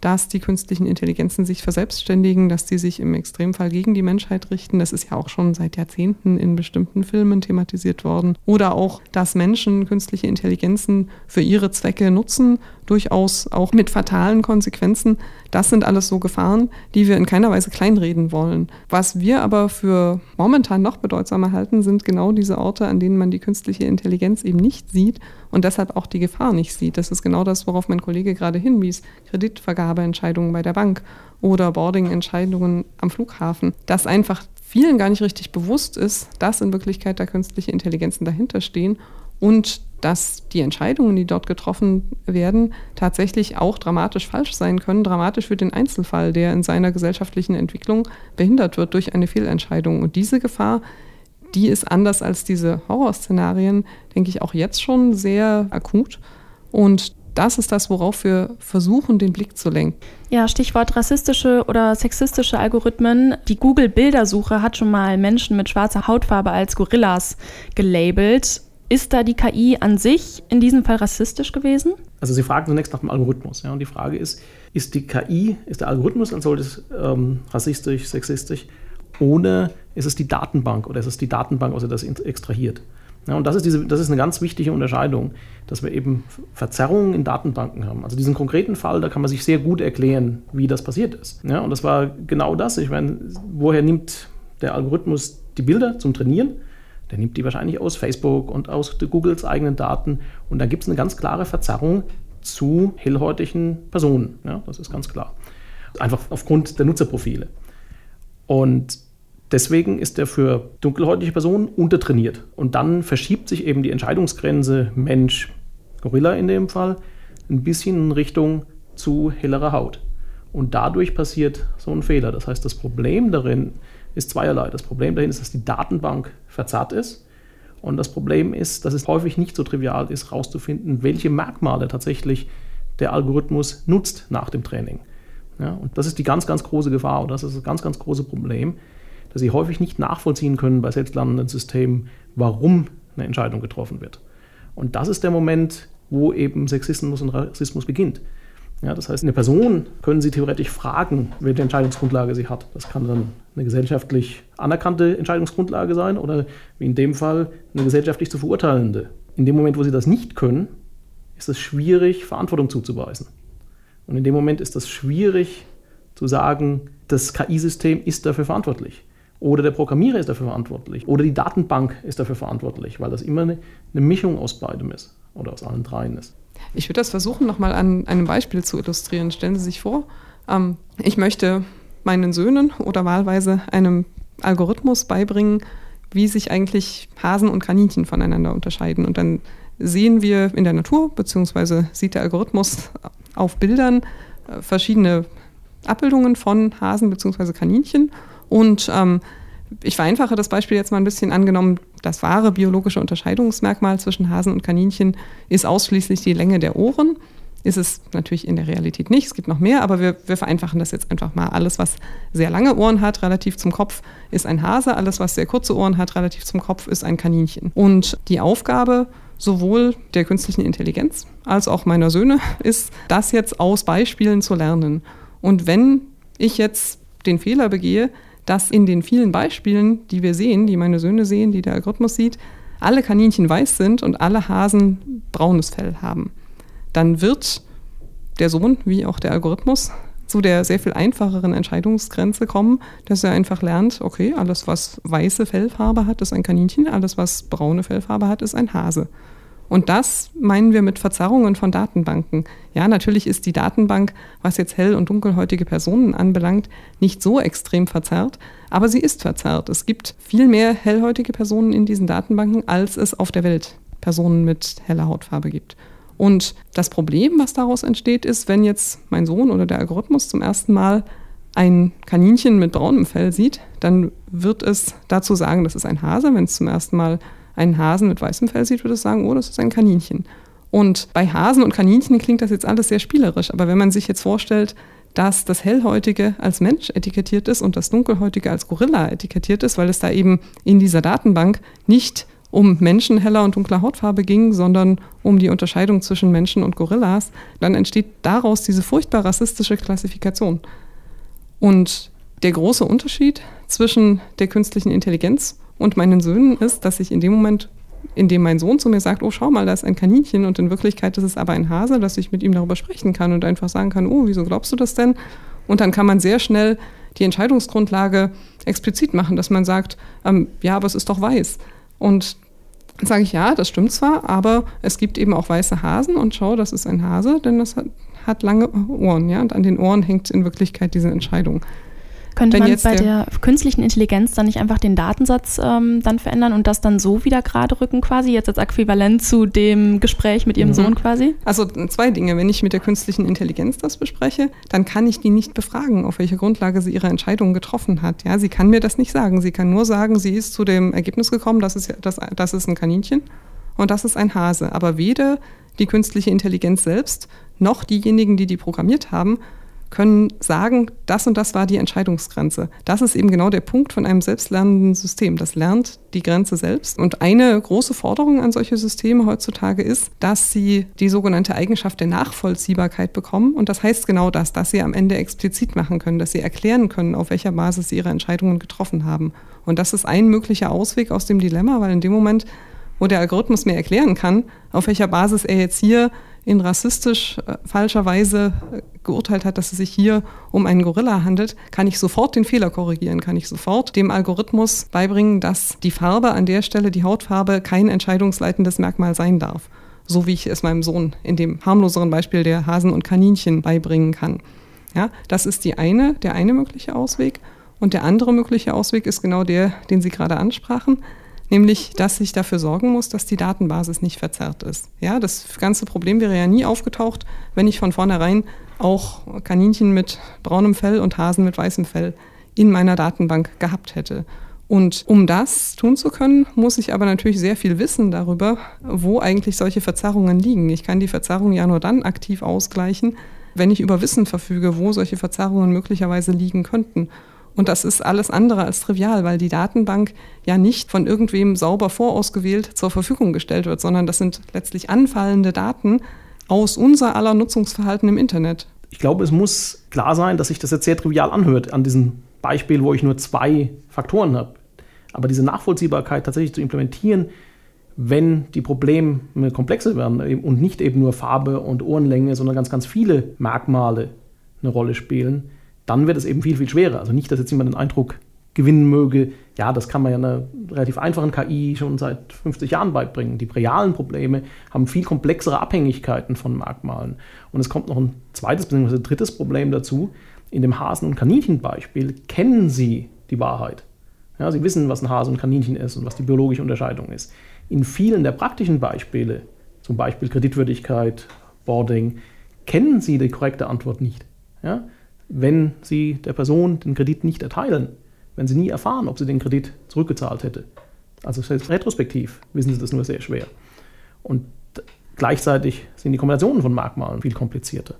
dass die künstlichen Intelligenzen sich verselbstständigen, dass die sich im Extremfall gegen die Menschheit richten. Das ist ja auch schon seit Jahrzehnten in bestimmten Filmen thematisiert worden. Oder auch, dass Menschen künstliche Intelligenzen für ihre Zwecke nutzen, durchaus auch mit fatalen Konsequenzen. Das sind alles so Gefahren, die wir in keiner Weise kleinreden wollen. Was wir aber für momentan noch bedeutsamer halten, sind genau diese Orte, an denen man die künstliche Intelligenz eben nicht sieht und deshalb auch die Gefahr nicht sieht. Das ist genau das, worauf mein Kollege gerade hinwies. Kreditvergabeentscheidungen bei der Bank oder Boarding-Entscheidungen am Flughafen. Dass einfach vielen gar nicht richtig bewusst ist, dass in Wirklichkeit da künstliche Intelligenzen dahinter stehen und dass die Entscheidungen, die dort getroffen werden, tatsächlich auch dramatisch falsch sein können, dramatisch für den Einzelfall, der in seiner gesellschaftlichen Entwicklung behindert wird durch eine Fehlentscheidung. Und diese Gefahr, die ist anders als diese Horrorszenarien, denke ich, auch jetzt schon sehr akut. Und das ist das, worauf wir versuchen, den Blick zu lenken. Ja, Stichwort rassistische oder sexistische Algorithmen. Die Google-Bildersuche hat schon mal Menschen mit schwarzer Hautfarbe als Gorillas gelabelt. Ist da die K I an sich in diesem Fall rassistisch gewesen? Also Sie fragen zunächst nach dem Algorithmus. Ja, und die Frage ist, ist die K I, ist der Algorithmus als solches ähm, rassistisch, sexistisch, ohne ist es die Datenbank oder ist es die Datenbank, aus der das extrahiert? Ja, und das ist, diese, das ist eine ganz wichtige Unterscheidung, dass wir eben Verzerrungen in Datenbanken haben. Also diesen konkreten Fall, da kann man sich sehr gut erklären, wie das passiert ist. Ja, und das war genau das. Ich meine, woher nimmt der Algorithmus die Bilder zum Trainieren? Der nimmt die wahrscheinlich aus Facebook und aus Googles eigenen Daten. Und da gibt es eine ganz klare Verzerrung zu hellhäutigen Personen. Ja, das ist ganz klar. Einfach aufgrund der Nutzerprofile. Und deswegen ist er für dunkelhäutige Personen untertrainiert. Und dann verschiebt sich eben die Entscheidungsgrenze Mensch, Gorilla in dem Fall, ein bisschen in Richtung zu hellerer Haut. Und dadurch passiert so ein Fehler. Das heißt, das Problem darin ist zweierlei. Das Problem dahin ist, dass die Datenbank verzerrt ist. Und das Problem ist, dass es häufig nicht so trivial ist, herauszufinden, welche Merkmale tatsächlich der Algorithmus nutzt nach dem Training. Ja, und das ist die ganz, ganz große Gefahr und das ist das ganz, ganz große Problem, dass Sie häufig nicht nachvollziehen können bei selbstlernenden Systemen, warum eine Entscheidung getroffen wird. Und das ist der Moment, wo eben Sexismus und Rassismus beginnt. Ja, das heißt, eine Person können Sie theoretisch fragen, welche Entscheidungsgrundlage sie hat. Das kann dann eine gesellschaftlich anerkannte Entscheidungsgrundlage sein oder wie in dem Fall eine gesellschaftlich zu verurteilende. In dem Moment, wo Sie das nicht können, ist es schwierig, Verantwortung zuzuweisen. Und in dem Moment ist es schwierig zu sagen, das K I-System ist dafür verantwortlich. Oder der Programmierer ist dafür verantwortlich. Oder die Datenbank ist dafür verantwortlich, weil das immer eine, eine Mischung aus beidem ist oder aus allen dreien ist. Ich würde das versuchen, nochmal an einem Beispiel zu illustrieren. Stellen Sie sich vor, ähm, ich möchte meinen Söhnen oder wahlweise einem Algorithmus beibringen, wie sich eigentlich Hasen und Kaninchen voneinander unterscheiden. Und dann sehen wir in der Natur, beziehungsweise sieht der Algorithmus auf Bildern äh, verschiedene Abbildungen von Hasen bzw. Kaninchen. Und ähm, ich vereinfache das Beispiel jetzt mal ein bisschen. Angenommen, das wahre biologische Unterscheidungsmerkmal zwischen Hasen und Kaninchen ist ausschließlich die Länge der Ohren. Ist es natürlich in der Realität nicht, es gibt noch mehr, aber wir, wir vereinfachen das jetzt einfach mal. Alles, was sehr lange Ohren hat, relativ zum Kopf, ist ein Hase. Alles, was sehr kurze Ohren hat, relativ zum Kopf, ist ein Kaninchen. Und die Aufgabe sowohl der künstlichen Intelligenz als auch meiner Söhne ist, das jetzt aus Beispielen zu lernen. Und wenn ich jetzt den Fehler begehe, dass in den vielen Beispielen, die wir sehen, die meine Söhne sehen, die der Algorithmus sieht, alle Kaninchen weiß sind und alle Hasen braunes Fell haben, dann wird der Sohn, wie auch der Algorithmus, zu der sehr viel einfacheren Entscheidungsgrenze kommen, dass er einfach lernt, okay, alles, was weiße Fellfarbe hat, ist ein Kaninchen, alles, was braune Fellfarbe hat, ist ein Hase. Und das meinen wir mit Verzerrungen von Datenbanken. Ja, natürlich ist die Datenbank, was jetzt hell- und dunkelhäutige Personen anbelangt, nicht so extrem verzerrt, aber sie ist verzerrt. Es gibt viel mehr hellhäutige Personen in diesen Datenbanken, als es auf der Welt Personen mit heller Hautfarbe gibt. Und das Problem, was daraus entsteht, ist, wenn jetzt mein Sohn oder der Algorithmus zum ersten Mal ein Kaninchen mit braunem Fell sieht, dann wird es dazu sagen, das ist ein Hase. Wenn es zum ersten Mal einen Hasen mit weißem Fell sieht, würde es sagen, oh, das ist ein Kaninchen. Und bei Hasen und Kaninchen klingt das jetzt alles sehr spielerisch, aber wenn man sich jetzt vorstellt, dass das Hellhäutige als Mensch etikettiert ist und das Dunkelhäutige als Gorilla etikettiert ist, weil es da eben in dieser Datenbank nicht um Menschen heller und dunkler Hautfarbe ging, sondern um die Unterscheidung zwischen Menschen und Gorillas, dann entsteht daraus diese furchtbar rassistische Klassifikation. Und der große Unterschied zwischen der künstlichen Intelligenz und meinen Söhnen ist, dass ich in dem Moment, in dem mein Sohn zu mir sagt, oh, schau mal, da ist ein Kaninchen und in Wirklichkeit ist es aber ein Hase, dass ich mit ihm darüber sprechen kann und einfach sagen kann, oh, wieso glaubst du das denn? Und dann kann man sehr schnell die Entscheidungsgrundlage explizit machen, dass man sagt, ähm, ja, aber es ist doch weiß. Und dann sage ich, ja, das stimmt zwar, aber es gibt eben auch weiße Hasen und schau, das ist ein Hase, denn das hat, hat lange Ohren, ja, und an den Ohren hängt in Wirklichkeit diese Entscheidung. Könnte Wenn man jetzt bei der, der künstlichen Intelligenz dann nicht einfach den Datensatz ähm, dann verändern und das dann so wieder gerade rücken quasi, jetzt als Äquivalent zu dem Gespräch mit Ihrem mhm. Sohn quasi? Also zwei Dinge. Wenn ich mit der künstlichen Intelligenz das bespreche, dann kann ich die nicht befragen, auf welcher Grundlage sie ihre Entscheidung getroffen hat. Ja, sie kann mir das nicht sagen. Sie kann nur sagen, sie ist zu dem Ergebnis gekommen, das ist, das, das ist ein Kaninchen und das ist ein Hase. Aber weder die künstliche Intelligenz selbst noch diejenigen, die die programmiert haben, können sagen, das und das war die Entscheidungsgrenze. Das ist eben genau der Punkt von einem selbstlernenden System. Das lernt die Grenze selbst. Und eine große Forderung an solche Systeme heutzutage ist, dass sie die sogenannte Eigenschaft der Nachvollziehbarkeit bekommen. Und das heißt genau das, dass sie am Ende explizit machen können, dass sie erklären können, auf welcher Basis sie ihre Entscheidungen getroffen haben. Und das ist ein möglicher Ausweg aus dem Dilemma, weil in dem Moment, wo der Algorithmus mir erklären kann, auf welcher Basis er jetzt hier in rassistisch äh, falscher Weise äh, geurteilt hat, dass es sich hier um einen Gorilla handelt, kann ich sofort den Fehler korrigieren, kann ich sofort dem Algorithmus beibringen, dass die Farbe an der Stelle, die Hautfarbe, kein entscheidungsleitendes Merkmal sein darf. So wie ich es meinem Sohn in dem harmloseren Beispiel der Hasen und Kaninchen beibringen kann. Ja, das ist die eine, der eine mögliche Ausweg. Und der andere mögliche Ausweg ist genau der, den Sie gerade ansprachen, nämlich, dass ich dafür sorgen muss, dass die Datenbasis nicht verzerrt ist. Ja, das ganze Problem wäre ja nie aufgetaucht, wenn ich von vornherein auch Kaninchen mit braunem Fell und Hasen mit weißem Fell in meiner Datenbank gehabt hätte. Und um das tun zu können, muss ich aber natürlich sehr viel wissen darüber, wo eigentlich solche Verzerrungen liegen. Ich kann die Verzerrung ja nur dann aktiv ausgleichen, wenn ich über Wissen verfüge, wo solche Verzerrungen möglicherweise liegen könnten. Und das ist alles andere als trivial, weil die Datenbank ja nicht von irgendwem sauber vorausgewählt zur Verfügung gestellt wird, sondern das sind letztlich anfallende Daten aus unser aller Nutzungsverhalten im Internet. Ich glaube, es muss klar sein, dass sich das jetzt sehr trivial anhört an diesem Beispiel, wo ich nur zwei Faktoren habe. Aber diese Nachvollziehbarkeit tatsächlich zu implementieren, wenn die Probleme komplexer werden und nicht eben nur Farbe und Ohrenlänge, sondern ganz, ganz viele Merkmale eine Rolle spielen, dann wird es eben viel, viel schwerer. Also nicht, dass jetzt jemand den Eindruck gewinnen möge, ja, das kann man ja einer relativ einfachen K I schon seit fünfzig Jahren beibringen. Die realen Probleme haben viel komplexere Abhängigkeiten von Merkmalen. Und es kommt noch ein zweites bzw. drittes Problem dazu. In dem Hasen- und Kaninchen-Beispiel kennen Sie die Wahrheit. Ja, Sie wissen, was ein Hase und ein Kaninchen ist und was die biologische Unterscheidung ist. In vielen der praktischen Beispiele, zum Beispiel Kreditwürdigkeit, Boarding, kennen Sie die korrekte Antwort nicht. Ja? Wenn Sie der Person den Kredit nicht erteilen, wenn Sie nie erfahren, ob sie den Kredit zurückgezahlt hätte. Also retrospektiv wissen Sie das nur sehr schwer. Und gleichzeitig sind die Kombinationen von Merkmalen viel komplizierter.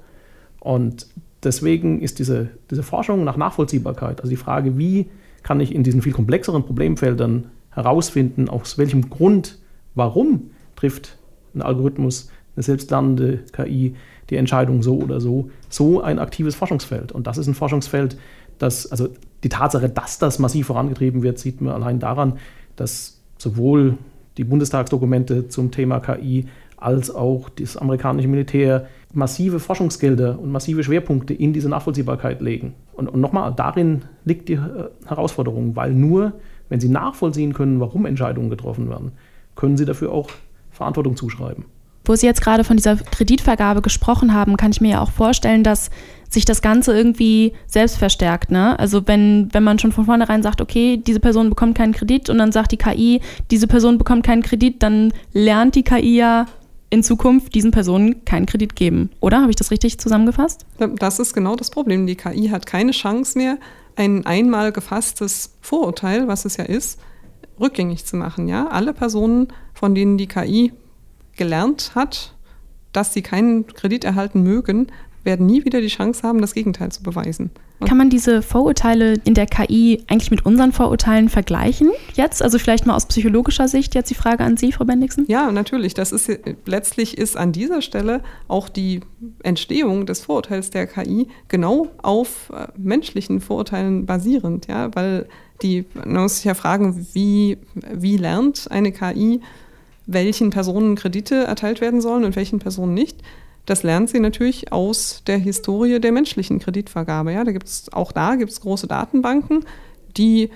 Und deswegen ist diese, diese Forschung nach Nachvollziehbarkeit, also die Frage, wie kann ich in diesen viel komplexeren Problemfeldern herausfinden, aus welchem Grund, warum trifft ein Algorithmus, eine selbstlernende K I, die Entscheidung so oder so, so ein aktives Forschungsfeld. Und das ist ein Forschungsfeld, das, also die Tatsache, dass das massiv vorangetrieben wird, sieht man allein daran, dass sowohl die Bundestagsdokumente zum Thema K I als auch das amerikanische Militär massive Forschungsgelder und massive Schwerpunkte in diese Nachvollziehbarkeit legen. Und, und nochmal, darin liegt die Herausforderung, weil nur, wenn Sie nachvollziehen können, warum Entscheidungen getroffen werden, können Sie dafür auch Verantwortung zuschreiben. Wo Sie jetzt gerade von dieser Kreditvergabe gesprochen haben, kann ich mir ja auch vorstellen, dass sich das Ganze irgendwie selbst verstärkt, ne? Also wenn, wenn man schon von vornherein sagt, okay, diese Person bekommt keinen Kredit und dann sagt die K I, diese Person bekommt keinen Kredit, dann lernt die K I ja in Zukunft diesen Personen keinen Kredit geben. Oder? Habe ich das richtig zusammengefasst? Das ist genau das Problem. Die K I hat keine Chance mehr, ein einmal gefasstes Vorurteil, was es ja ist, rückgängig zu machen. Ja? Alle Personen, von denen die K I gelernt hat, dass sie keinen Kredit erhalten mögen, werden nie wieder die Chance haben, das Gegenteil zu beweisen. Kann man diese Vorurteile in der K I eigentlich mit unseren Vorurteilen vergleichen jetzt? Also vielleicht mal aus psychologischer Sicht jetzt die Frage an Sie, Frau Bendixen. Ja, natürlich. Das ist, letztlich ist an dieser Stelle auch die Entstehung des Vorurteils der K I genau auf äh, menschlichen Vorurteilen basierend. Ja? Weil die, man muss sich ja fragen, wie, wie lernt eine K I, welchen Personen Kredite erteilt werden sollen und welchen Personen nicht. Das lernt sie natürlich aus der Historie der menschlichen Kreditvergabe. Ja, da gibt's, auch da gibt es große Datenbanken, die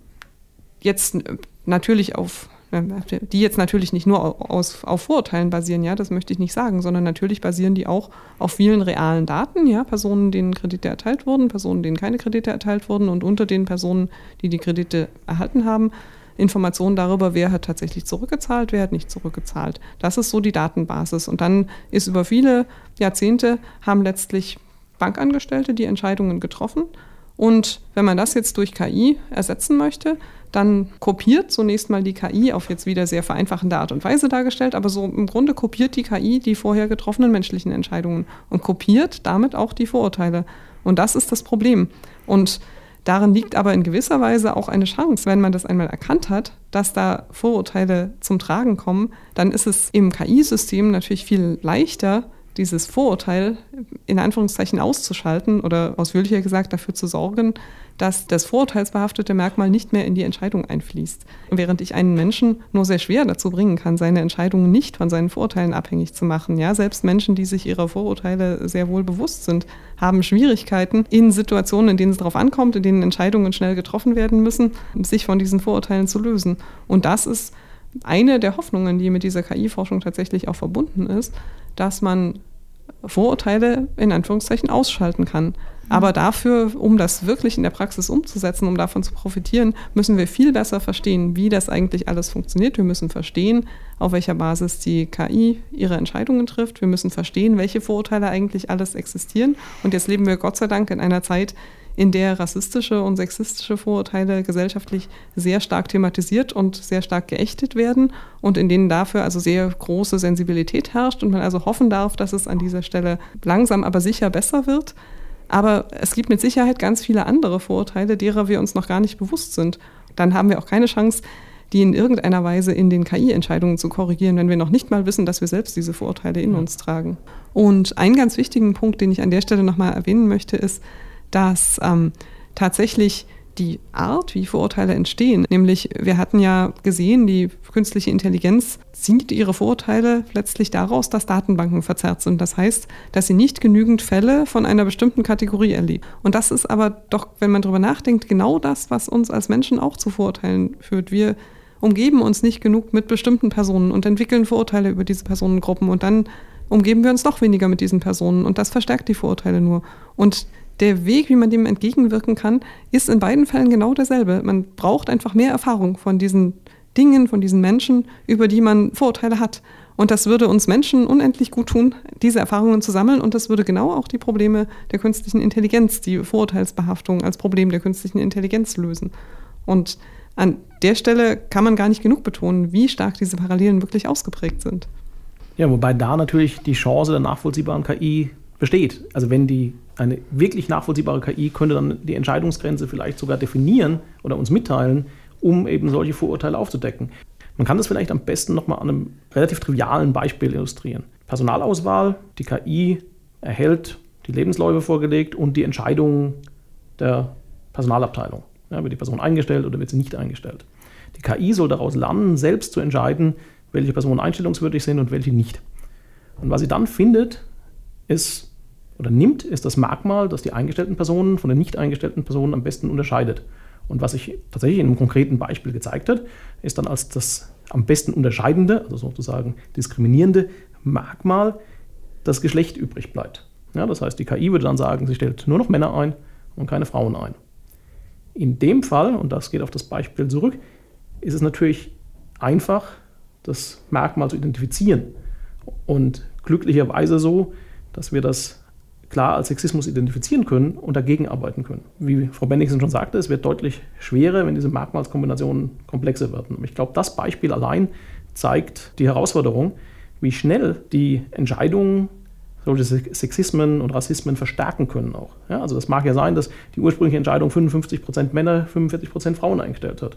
jetzt natürlich auf, die jetzt natürlich nicht nur aus, auf Vorurteilen basieren, ja, das möchte ich nicht sagen, sondern natürlich basieren die auch auf vielen realen Daten, ja, Personen, denen Kredite erteilt wurden, Personen, denen keine Kredite erteilt wurden und unter den Personen, die die Kredite erhalten haben, Informationen darüber, wer hat tatsächlich zurückgezahlt, wer hat nicht zurückgezahlt. Das ist so die Datenbasis. Und dann ist über viele Jahrzehnte haben letztlich Bankangestellte die Entscheidungen getroffen. Und wenn man das jetzt durch K I ersetzen möchte, dann kopiert zunächst mal die K I auf jetzt wieder sehr vereinfachende Art und Weise dargestellt, aber so im Grunde kopiert die K I die vorher getroffenen menschlichen Entscheidungen und kopiert damit auch die Vorurteile. Und das ist das Problem. Und darin liegt aber in gewisser Weise auch eine Chance. Wenn man das einmal erkannt hat, dass da Vorurteile zum Tragen kommen, dann ist es im K I-System natürlich viel leichter, dieses Vorurteil in Anführungszeichen auszuschalten oder ausführlicher gesagt dafür zu sorgen, dass das vorurteilsbehaftete Merkmal nicht mehr in die Entscheidung einfließt. Während ich einen Menschen nur sehr schwer dazu bringen kann, seine Entscheidungen nicht von seinen Vorurteilen abhängig zu machen. Ja, selbst Menschen, die sich ihrer Vorurteile sehr wohl bewusst sind, haben Schwierigkeiten in Situationen, in denen es darauf ankommt, in denen Entscheidungen schnell getroffen werden müssen, sich von diesen Vorurteilen zu lösen. Und das ist eine der Hoffnungen, die mit dieser K I-Forschung tatsächlich auch verbunden ist, dass man Vorurteile in Anführungszeichen ausschalten kann. Aber dafür, um das wirklich in der Praxis umzusetzen, um davon zu profitieren, müssen wir viel besser verstehen, wie das eigentlich alles funktioniert. Wir müssen verstehen, auf welcher Basis die K I ihre Entscheidungen trifft. Wir müssen verstehen, welche Vorurteile eigentlich alles existieren. Und jetzt leben wir Gott sei Dank in einer Zeit, in der rassistische und sexistische Vorurteile gesellschaftlich sehr stark thematisiert und sehr stark geächtet werden und in denen dafür also sehr große Sensibilität herrscht und man also hoffen darf, dass es an dieser Stelle langsam aber sicher besser wird. Aber es gibt mit Sicherheit ganz viele andere Vorurteile, derer wir uns noch gar nicht bewusst sind. Dann haben wir auch keine Chance, die in irgendeiner Weise in den K I-Entscheidungen zu korrigieren, wenn wir noch nicht mal wissen, dass wir selbst diese Vorurteile in uns tragen. Und einen ganz wichtigen Punkt, den ich an der Stelle nochmal erwähnen möchte, ist, dass ähm, tatsächlich die Art, wie Vorurteile entstehen, nämlich wir hatten ja gesehen, die künstliche Intelligenz zieht ihre Vorurteile letztlich daraus, dass Datenbanken verzerrt sind. Das heißt, dass sie nicht genügend Fälle von einer bestimmten Kategorie erlebt. Und das ist aber doch, wenn man darüber nachdenkt, genau das, was uns als Menschen auch zu Vorurteilen führt. Wir umgeben uns nicht genug mit bestimmten Personen und entwickeln Vorurteile über diese Personengruppen und dann umgeben wir uns noch weniger mit diesen Personen und das verstärkt die Vorurteile nur. Und der Weg, wie man dem entgegenwirken kann, ist in beiden Fällen genau derselbe. Man braucht einfach mehr Erfahrung von diesen Dingen, von diesen Menschen, über die man Vorurteile hat. Und das würde uns Menschen unendlich gut tun, diese Erfahrungen zu sammeln. Und das würde genau auch die Probleme der künstlichen Intelligenz, die Vorurteilsbehaftung als Problem der künstlichen Intelligenz lösen. Und an der Stelle kann man gar nicht genug betonen, wie stark diese Parallelen wirklich ausgeprägt sind. Ja, wobei da natürlich die Chance der nachvollziehbaren K I besteht. Also wenn die eine wirklich nachvollziehbare K I könnte dann die Entscheidungsgrenze vielleicht sogar definieren oder uns mitteilen, um eben solche Vorurteile aufzudecken. Man kann das vielleicht am besten nochmal an einem relativ trivialen Beispiel illustrieren. Personalauswahl, die K I erhält die Lebensläufe vorgelegt und die Entscheidungen der Personalabteilung. Ja, wird die Person eingestellt oder wird sie nicht eingestellt? Die K I soll daraus lernen, selbst zu entscheiden, welche Personen einstellungswürdig sind und welche nicht. Und was sie dann findet, ist oder nimmt, ist das Merkmal, das die eingestellten Personen von den nicht eingestellten Personen am besten unterscheidet. Und was sich tatsächlich in einem konkreten Beispiel gezeigt hat, ist dann als das am besten unterscheidende, also sozusagen diskriminierende Merkmal, das Geschlecht übrig bleibt. Ja, das heißt, die K I würde dann sagen, sie stellt nur noch Männer ein und keine Frauen ein. In dem Fall, und das geht auf das Beispiel zurück, ist es natürlich einfach, das Merkmal zu identifizieren. Und glücklicherweise so, dass wir das klar als Sexismus identifizieren können und dagegen arbeiten können. Wie Frau Bendixen schon sagte, es wird deutlich schwerer, wenn diese Merkmalskombinationen komplexer werden. Ich glaube, das Beispiel allein zeigt die Herausforderung, wie schnell die Entscheidungen solche Sexismen und Rassismen verstärken können auch. Ja, also das mag ja sein, dass die ursprüngliche Entscheidung fünfundfünfzig Prozent Männer, fünfundvierzig Prozent Frauen eingestellt hat.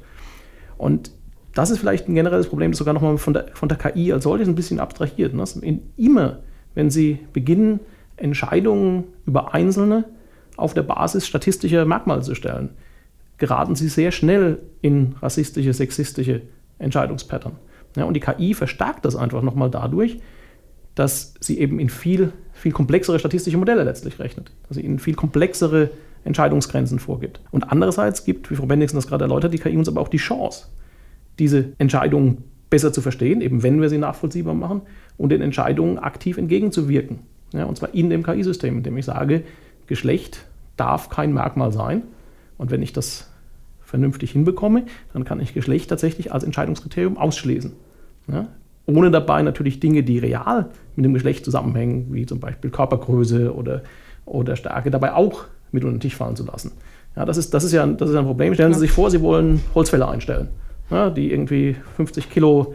Und das ist vielleicht ein generelles Problem, das sogar nochmal von der, von der K I als solches ein bisschen abstrahiert. Ne? In, immer, wenn Sie beginnen, Entscheidungen über Einzelne auf der Basis statistischer Merkmale zu stellen, geraten Sie sehr schnell in rassistische, sexistische Entscheidungspattern. Ja, und die K I verstärkt das einfach nochmal dadurch, dass sie eben in viel, viel komplexere statistische Modelle letztlich rechnet. Dass sie in viel komplexere Entscheidungsgrenzen vorgibt. Und andererseits gibt, wie Frau Bendixen das gerade erläutert, die K I uns aber auch die Chance, diese Entscheidungen besser zu verstehen, eben wenn wir sie nachvollziehbar machen, und den Entscheidungen aktiv entgegenzuwirken. Ja, und zwar in dem K I-System, indem ich sage, Geschlecht darf kein Merkmal sein. Und wenn ich das vernünftig hinbekomme, dann kann ich Geschlecht tatsächlich als Entscheidungskriterium ausschließen. Ja, ohne dabei natürlich Dinge, die real mit dem Geschlecht zusammenhängen, wie zum Beispiel Körpergröße oder, oder Stärke, dabei auch mit unter den Tisch fallen zu lassen. Ja, das ist, das ist ja ein, das ist ein Problem. Stellen Sie sich vor, Sie wollen Holzfäller einstellen, ja, die irgendwie fünfzig Kilo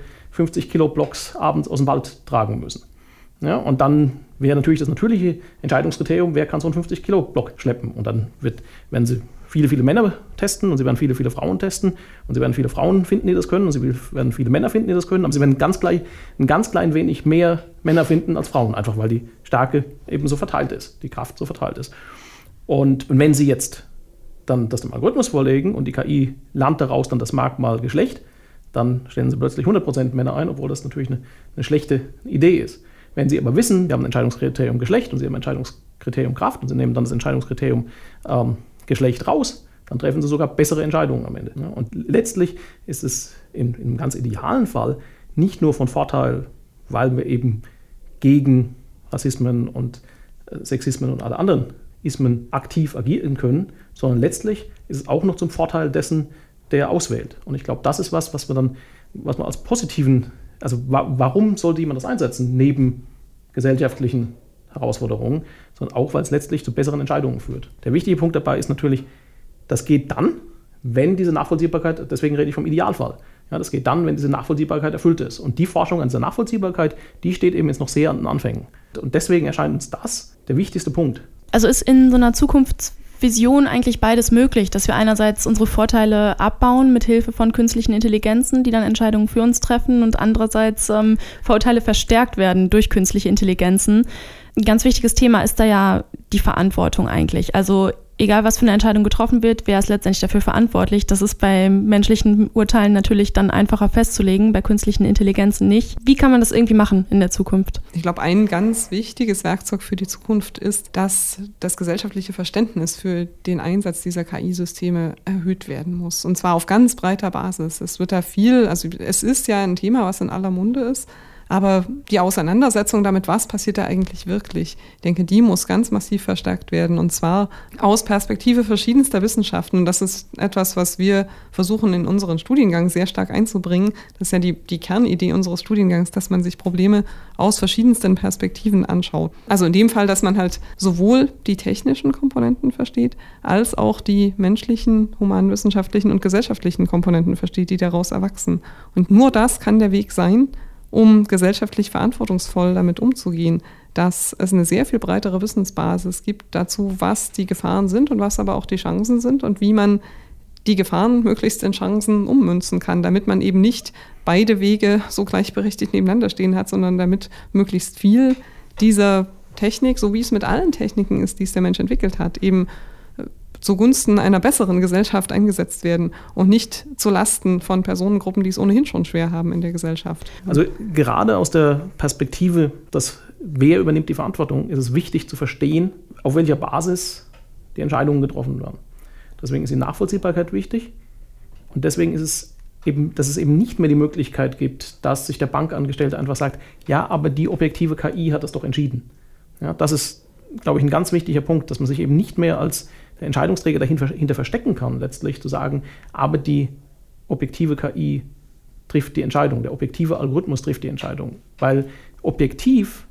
Blocks abends aus dem Wald tragen müssen. Ja, und dann wäre natürlich das natürliche Entscheidungskriterium, wer kann so einen fünfzig Kilo Block schleppen. Und dann wird, wenn Sie viele, viele Männer testen und Sie werden viele, viele Frauen testen und Sie werden viele Frauen finden, die das können und Sie werden viele Männer finden, die das können, aber Sie werden ganz gleich, ein ganz klein wenig mehr Männer finden als Frauen, einfach weil die Stärke eben so verteilt ist, die Kraft so verteilt ist. Und, und wenn Sie jetzt dann das dem Algorithmus vorlegen und die K I lernt daraus dann das Merkmal Geschlecht, dann stellen Sie plötzlich hundert Prozent Männer ein, obwohl das natürlich eine, eine schlechte Idee ist. Wenn Sie aber wissen, wir haben ein Entscheidungskriterium Geschlecht und Sie haben ein Entscheidungskriterium Kraft und Sie nehmen dann das Entscheidungskriterium ähm, Geschlecht raus, dann treffen Sie sogar bessere Entscheidungen am Ende. Und letztlich ist es im, im ganz idealen Fall nicht nur von Vorteil, weil wir eben gegen Rassismen und Sexismen und alle anderen Ismen aktiv agieren können, sondern letztlich ist es auch noch zum Vorteil dessen, der auswählt. Und ich glaube, das ist was, was wir dann, was man als positiven, also wa- warum sollte jemand das einsetzen, neben gesellschaftlichen Herausforderungen, sondern auch, weil es letztlich zu besseren Entscheidungen führt. Der wichtige Punkt dabei ist natürlich, das geht dann, wenn diese Nachvollziehbarkeit, deswegen rede ich vom Idealfall, ja, das geht dann, wenn diese Nachvollziehbarkeit erfüllt ist. Und die Forschung an dieser Nachvollziehbarkeit, die steht eben jetzt noch sehr an den Anfängen. Und deswegen erscheint uns das der wichtigste Punkt. Also ist in so einer Zukunftsvision eigentlich beides möglich, dass wir einerseits unsere Vorteile abbauen mit Hilfe von künstlichen Intelligenzen, die dann Entscheidungen für uns treffen, und andererseits ähm, Vorurteile verstärkt werden durch künstliche Intelligenzen. Ein ganz wichtiges Thema ist da ja die Verantwortung eigentlich. Also egal, was für eine Entscheidung getroffen wird, wer ist letztendlich dafür verantwortlich. Das ist bei menschlichen Urteilen natürlich dann einfacher festzulegen, bei künstlichen Intelligenzen nicht. Wie kann man das irgendwie machen in der Zukunft? Ich glaube, ein ganz wichtiges Werkzeug für die Zukunft ist, dass das gesellschaftliche Verständnis für den Einsatz dieser K I-Systeme erhöht werden muss. Und zwar auf ganz breiter Basis. Es wird da viel, also es ist ja ein Thema, was in aller Munde ist. Aber die Auseinandersetzung damit, was passiert da eigentlich wirklich, ich denke, die muss ganz massiv verstärkt werden, und zwar aus Perspektive verschiedenster Wissenschaften. Und das ist etwas, was wir versuchen in unseren Studiengang sehr stark einzubringen. Das ist ja die, die Kernidee unseres Studiengangs, dass man sich Probleme aus verschiedensten Perspektiven anschaut. Also in dem Fall, dass man halt sowohl die technischen Komponenten versteht, als auch die menschlichen, humanwissenschaftlichen und gesellschaftlichen Komponenten versteht, die daraus erwachsen. Und nur das kann der Weg sein, um gesellschaftlich verantwortungsvoll damit umzugehen, dass es eine sehr viel breitere Wissensbasis gibt dazu, was die Gefahren sind und was aber auch die Chancen sind und wie man die Gefahren möglichst in Chancen ummünzen kann, damit man eben nicht beide Wege so gleichberechtigt nebeneinander stehen hat, sondern damit möglichst viel dieser Technik, so wie es mit allen Techniken ist, die es der Mensch entwickelt hat, eben zugunsten einer besseren Gesellschaft eingesetzt werden und nicht zu Lasten von Personengruppen, die es ohnehin schon schwer haben in der Gesellschaft. Also gerade aus der Perspektive, dass wer übernimmt die Verantwortung, ist es wichtig zu verstehen, auf welcher Basis die Entscheidungen getroffen werden. Deswegen ist die Nachvollziehbarkeit wichtig und deswegen ist es eben, dass es eben nicht mehr die Möglichkeit gibt, dass sich der Bankangestellte einfach sagt, ja, aber die objektive K I hat das doch entschieden. Ja, das ist, glaube ich, ein ganz wichtiger Punkt, dass man sich eben nicht mehr als der Entscheidungsträger dahinter verstecken kann, letztlich zu sagen, aber die objektive K I trifft die Entscheidung, der objektive Algorithmus trifft die Entscheidung. Weil objektiv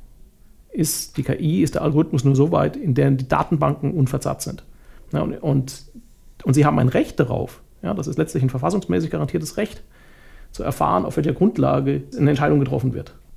ist die K I, ist der Algorithmus nur so weit, in der die Datenbanken unverzerrt sind. Ja, und, und, und sie haben ein Recht darauf, ja, das ist letztlich ein verfassungsmäßig garantiertes Recht, zu erfahren, auf welcher Grundlage eine Entscheidung getroffen wird.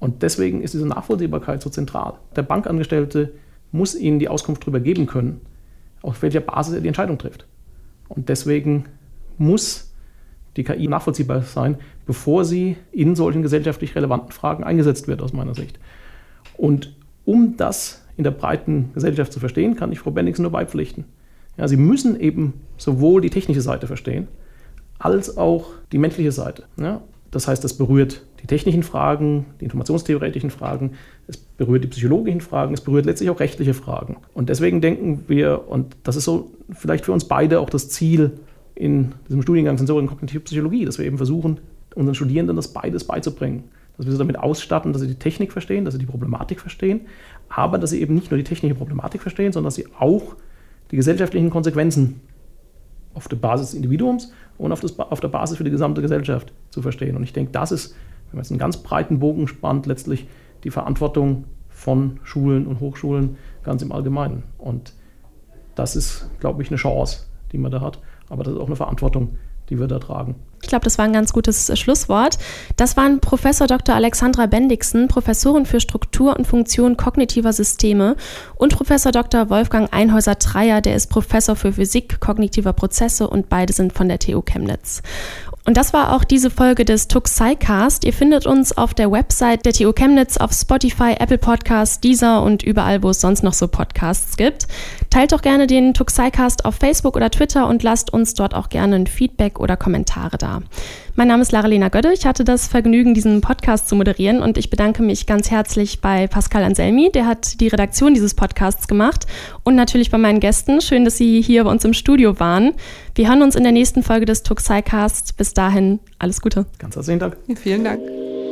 Und deswegen ist diese Nachvollziehbarkeit so zentral. Der Bankangestellte muss Ihnen die Auskunft darüber geben können, auf welcher Basis er die Entscheidung trifft. Und deswegen muss die K I nachvollziehbar sein, bevor sie in solchen gesellschaftlich relevanten Fragen eingesetzt wird, aus meiner Sicht. Und um das in der breiten Gesellschaft zu verstehen, kann ich Frau Bennigsen nur beipflichten. Ja, Sie müssen eben sowohl die technische Seite verstehen, als auch die menschliche Seite. Ja, das heißt, das berührt die technischen Fragen, die informationstheoretischen Fragen, es berührt die psychologischen Fragen, es berührt letztlich auch rechtliche Fragen. Und deswegen denken wir, und das ist so vielleicht für uns beide auch das Ziel in diesem Studiengang Sensorik und Kognitive Psychologie, dass wir eben versuchen, unseren Studierenden das beides beizubringen. Dass wir sie damit ausstatten, dass sie die Technik verstehen, dass sie die Problematik verstehen, aber dass sie eben nicht nur die technische Problematik verstehen, sondern dass sie auch die gesellschaftlichen Konsequenzen auf der Basis des Individuums und auf, das, auf der Basis für die gesamte Gesellschaft zu verstehen. Und ich denke, das ist, wenn man jetzt einen ganz breiten Bogen spannt, letztlich die Verantwortung von Schulen und Hochschulen ganz im Allgemeinen. Und das ist, glaube ich, eine Chance, die man da hat, aber das ist auch eine Verantwortung, die wir da tragen. Ich glaube, das war ein ganz gutes äh, Schlusswort. Das waren Professor Doktor Alexandra Bendixen, Professorin für Struktur und Funktion kognitiver Systeme, und Professor Doktor Wolfgang Einhäuser-Treyer, der ist Professor für Physik kognitiver Prozesse, und beide sind von der T U Chemnitz. Und das war auch diese Folge des Tuxicast. Ihr findet uns auf der Website der T U Chemnitz, auf Spotify, Apple Podcasts, Deezer und überall, wo es sonst noch so Podcasts gibt. Teilt doch gerne den Tuxicast auf Facebook oder Twitter und lasst uns dort auch gerne ein Feedback oder Kommentare da. Mein Name ist Lara-Lena Gödde. Ich hatte das Vergnügen, diesen Podcast zu moderieren, und ich bedanke mich ganz herzlich bei Pascal Anselmi, der hat die Redaktion dieses Podcasts gemacht, und natürlich bei meinen Gästen. Schön, dass Sie hier bei uns im Studio waren. Wir hören uns in der nächsten Folge des Tuxicast. Bis dahin, alles Gute. Ganz herzlichen Dank. Ja, vielen Dank.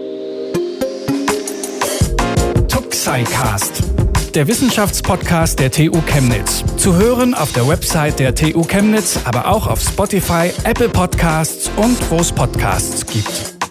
Tuxicast, der Wissenschaftspodcast der T U Chemnitz. Zu hören auf der Website der T U Chemnitz, aber auch auf Spotify, Apple Podcasts und wo es Podcasts gibt.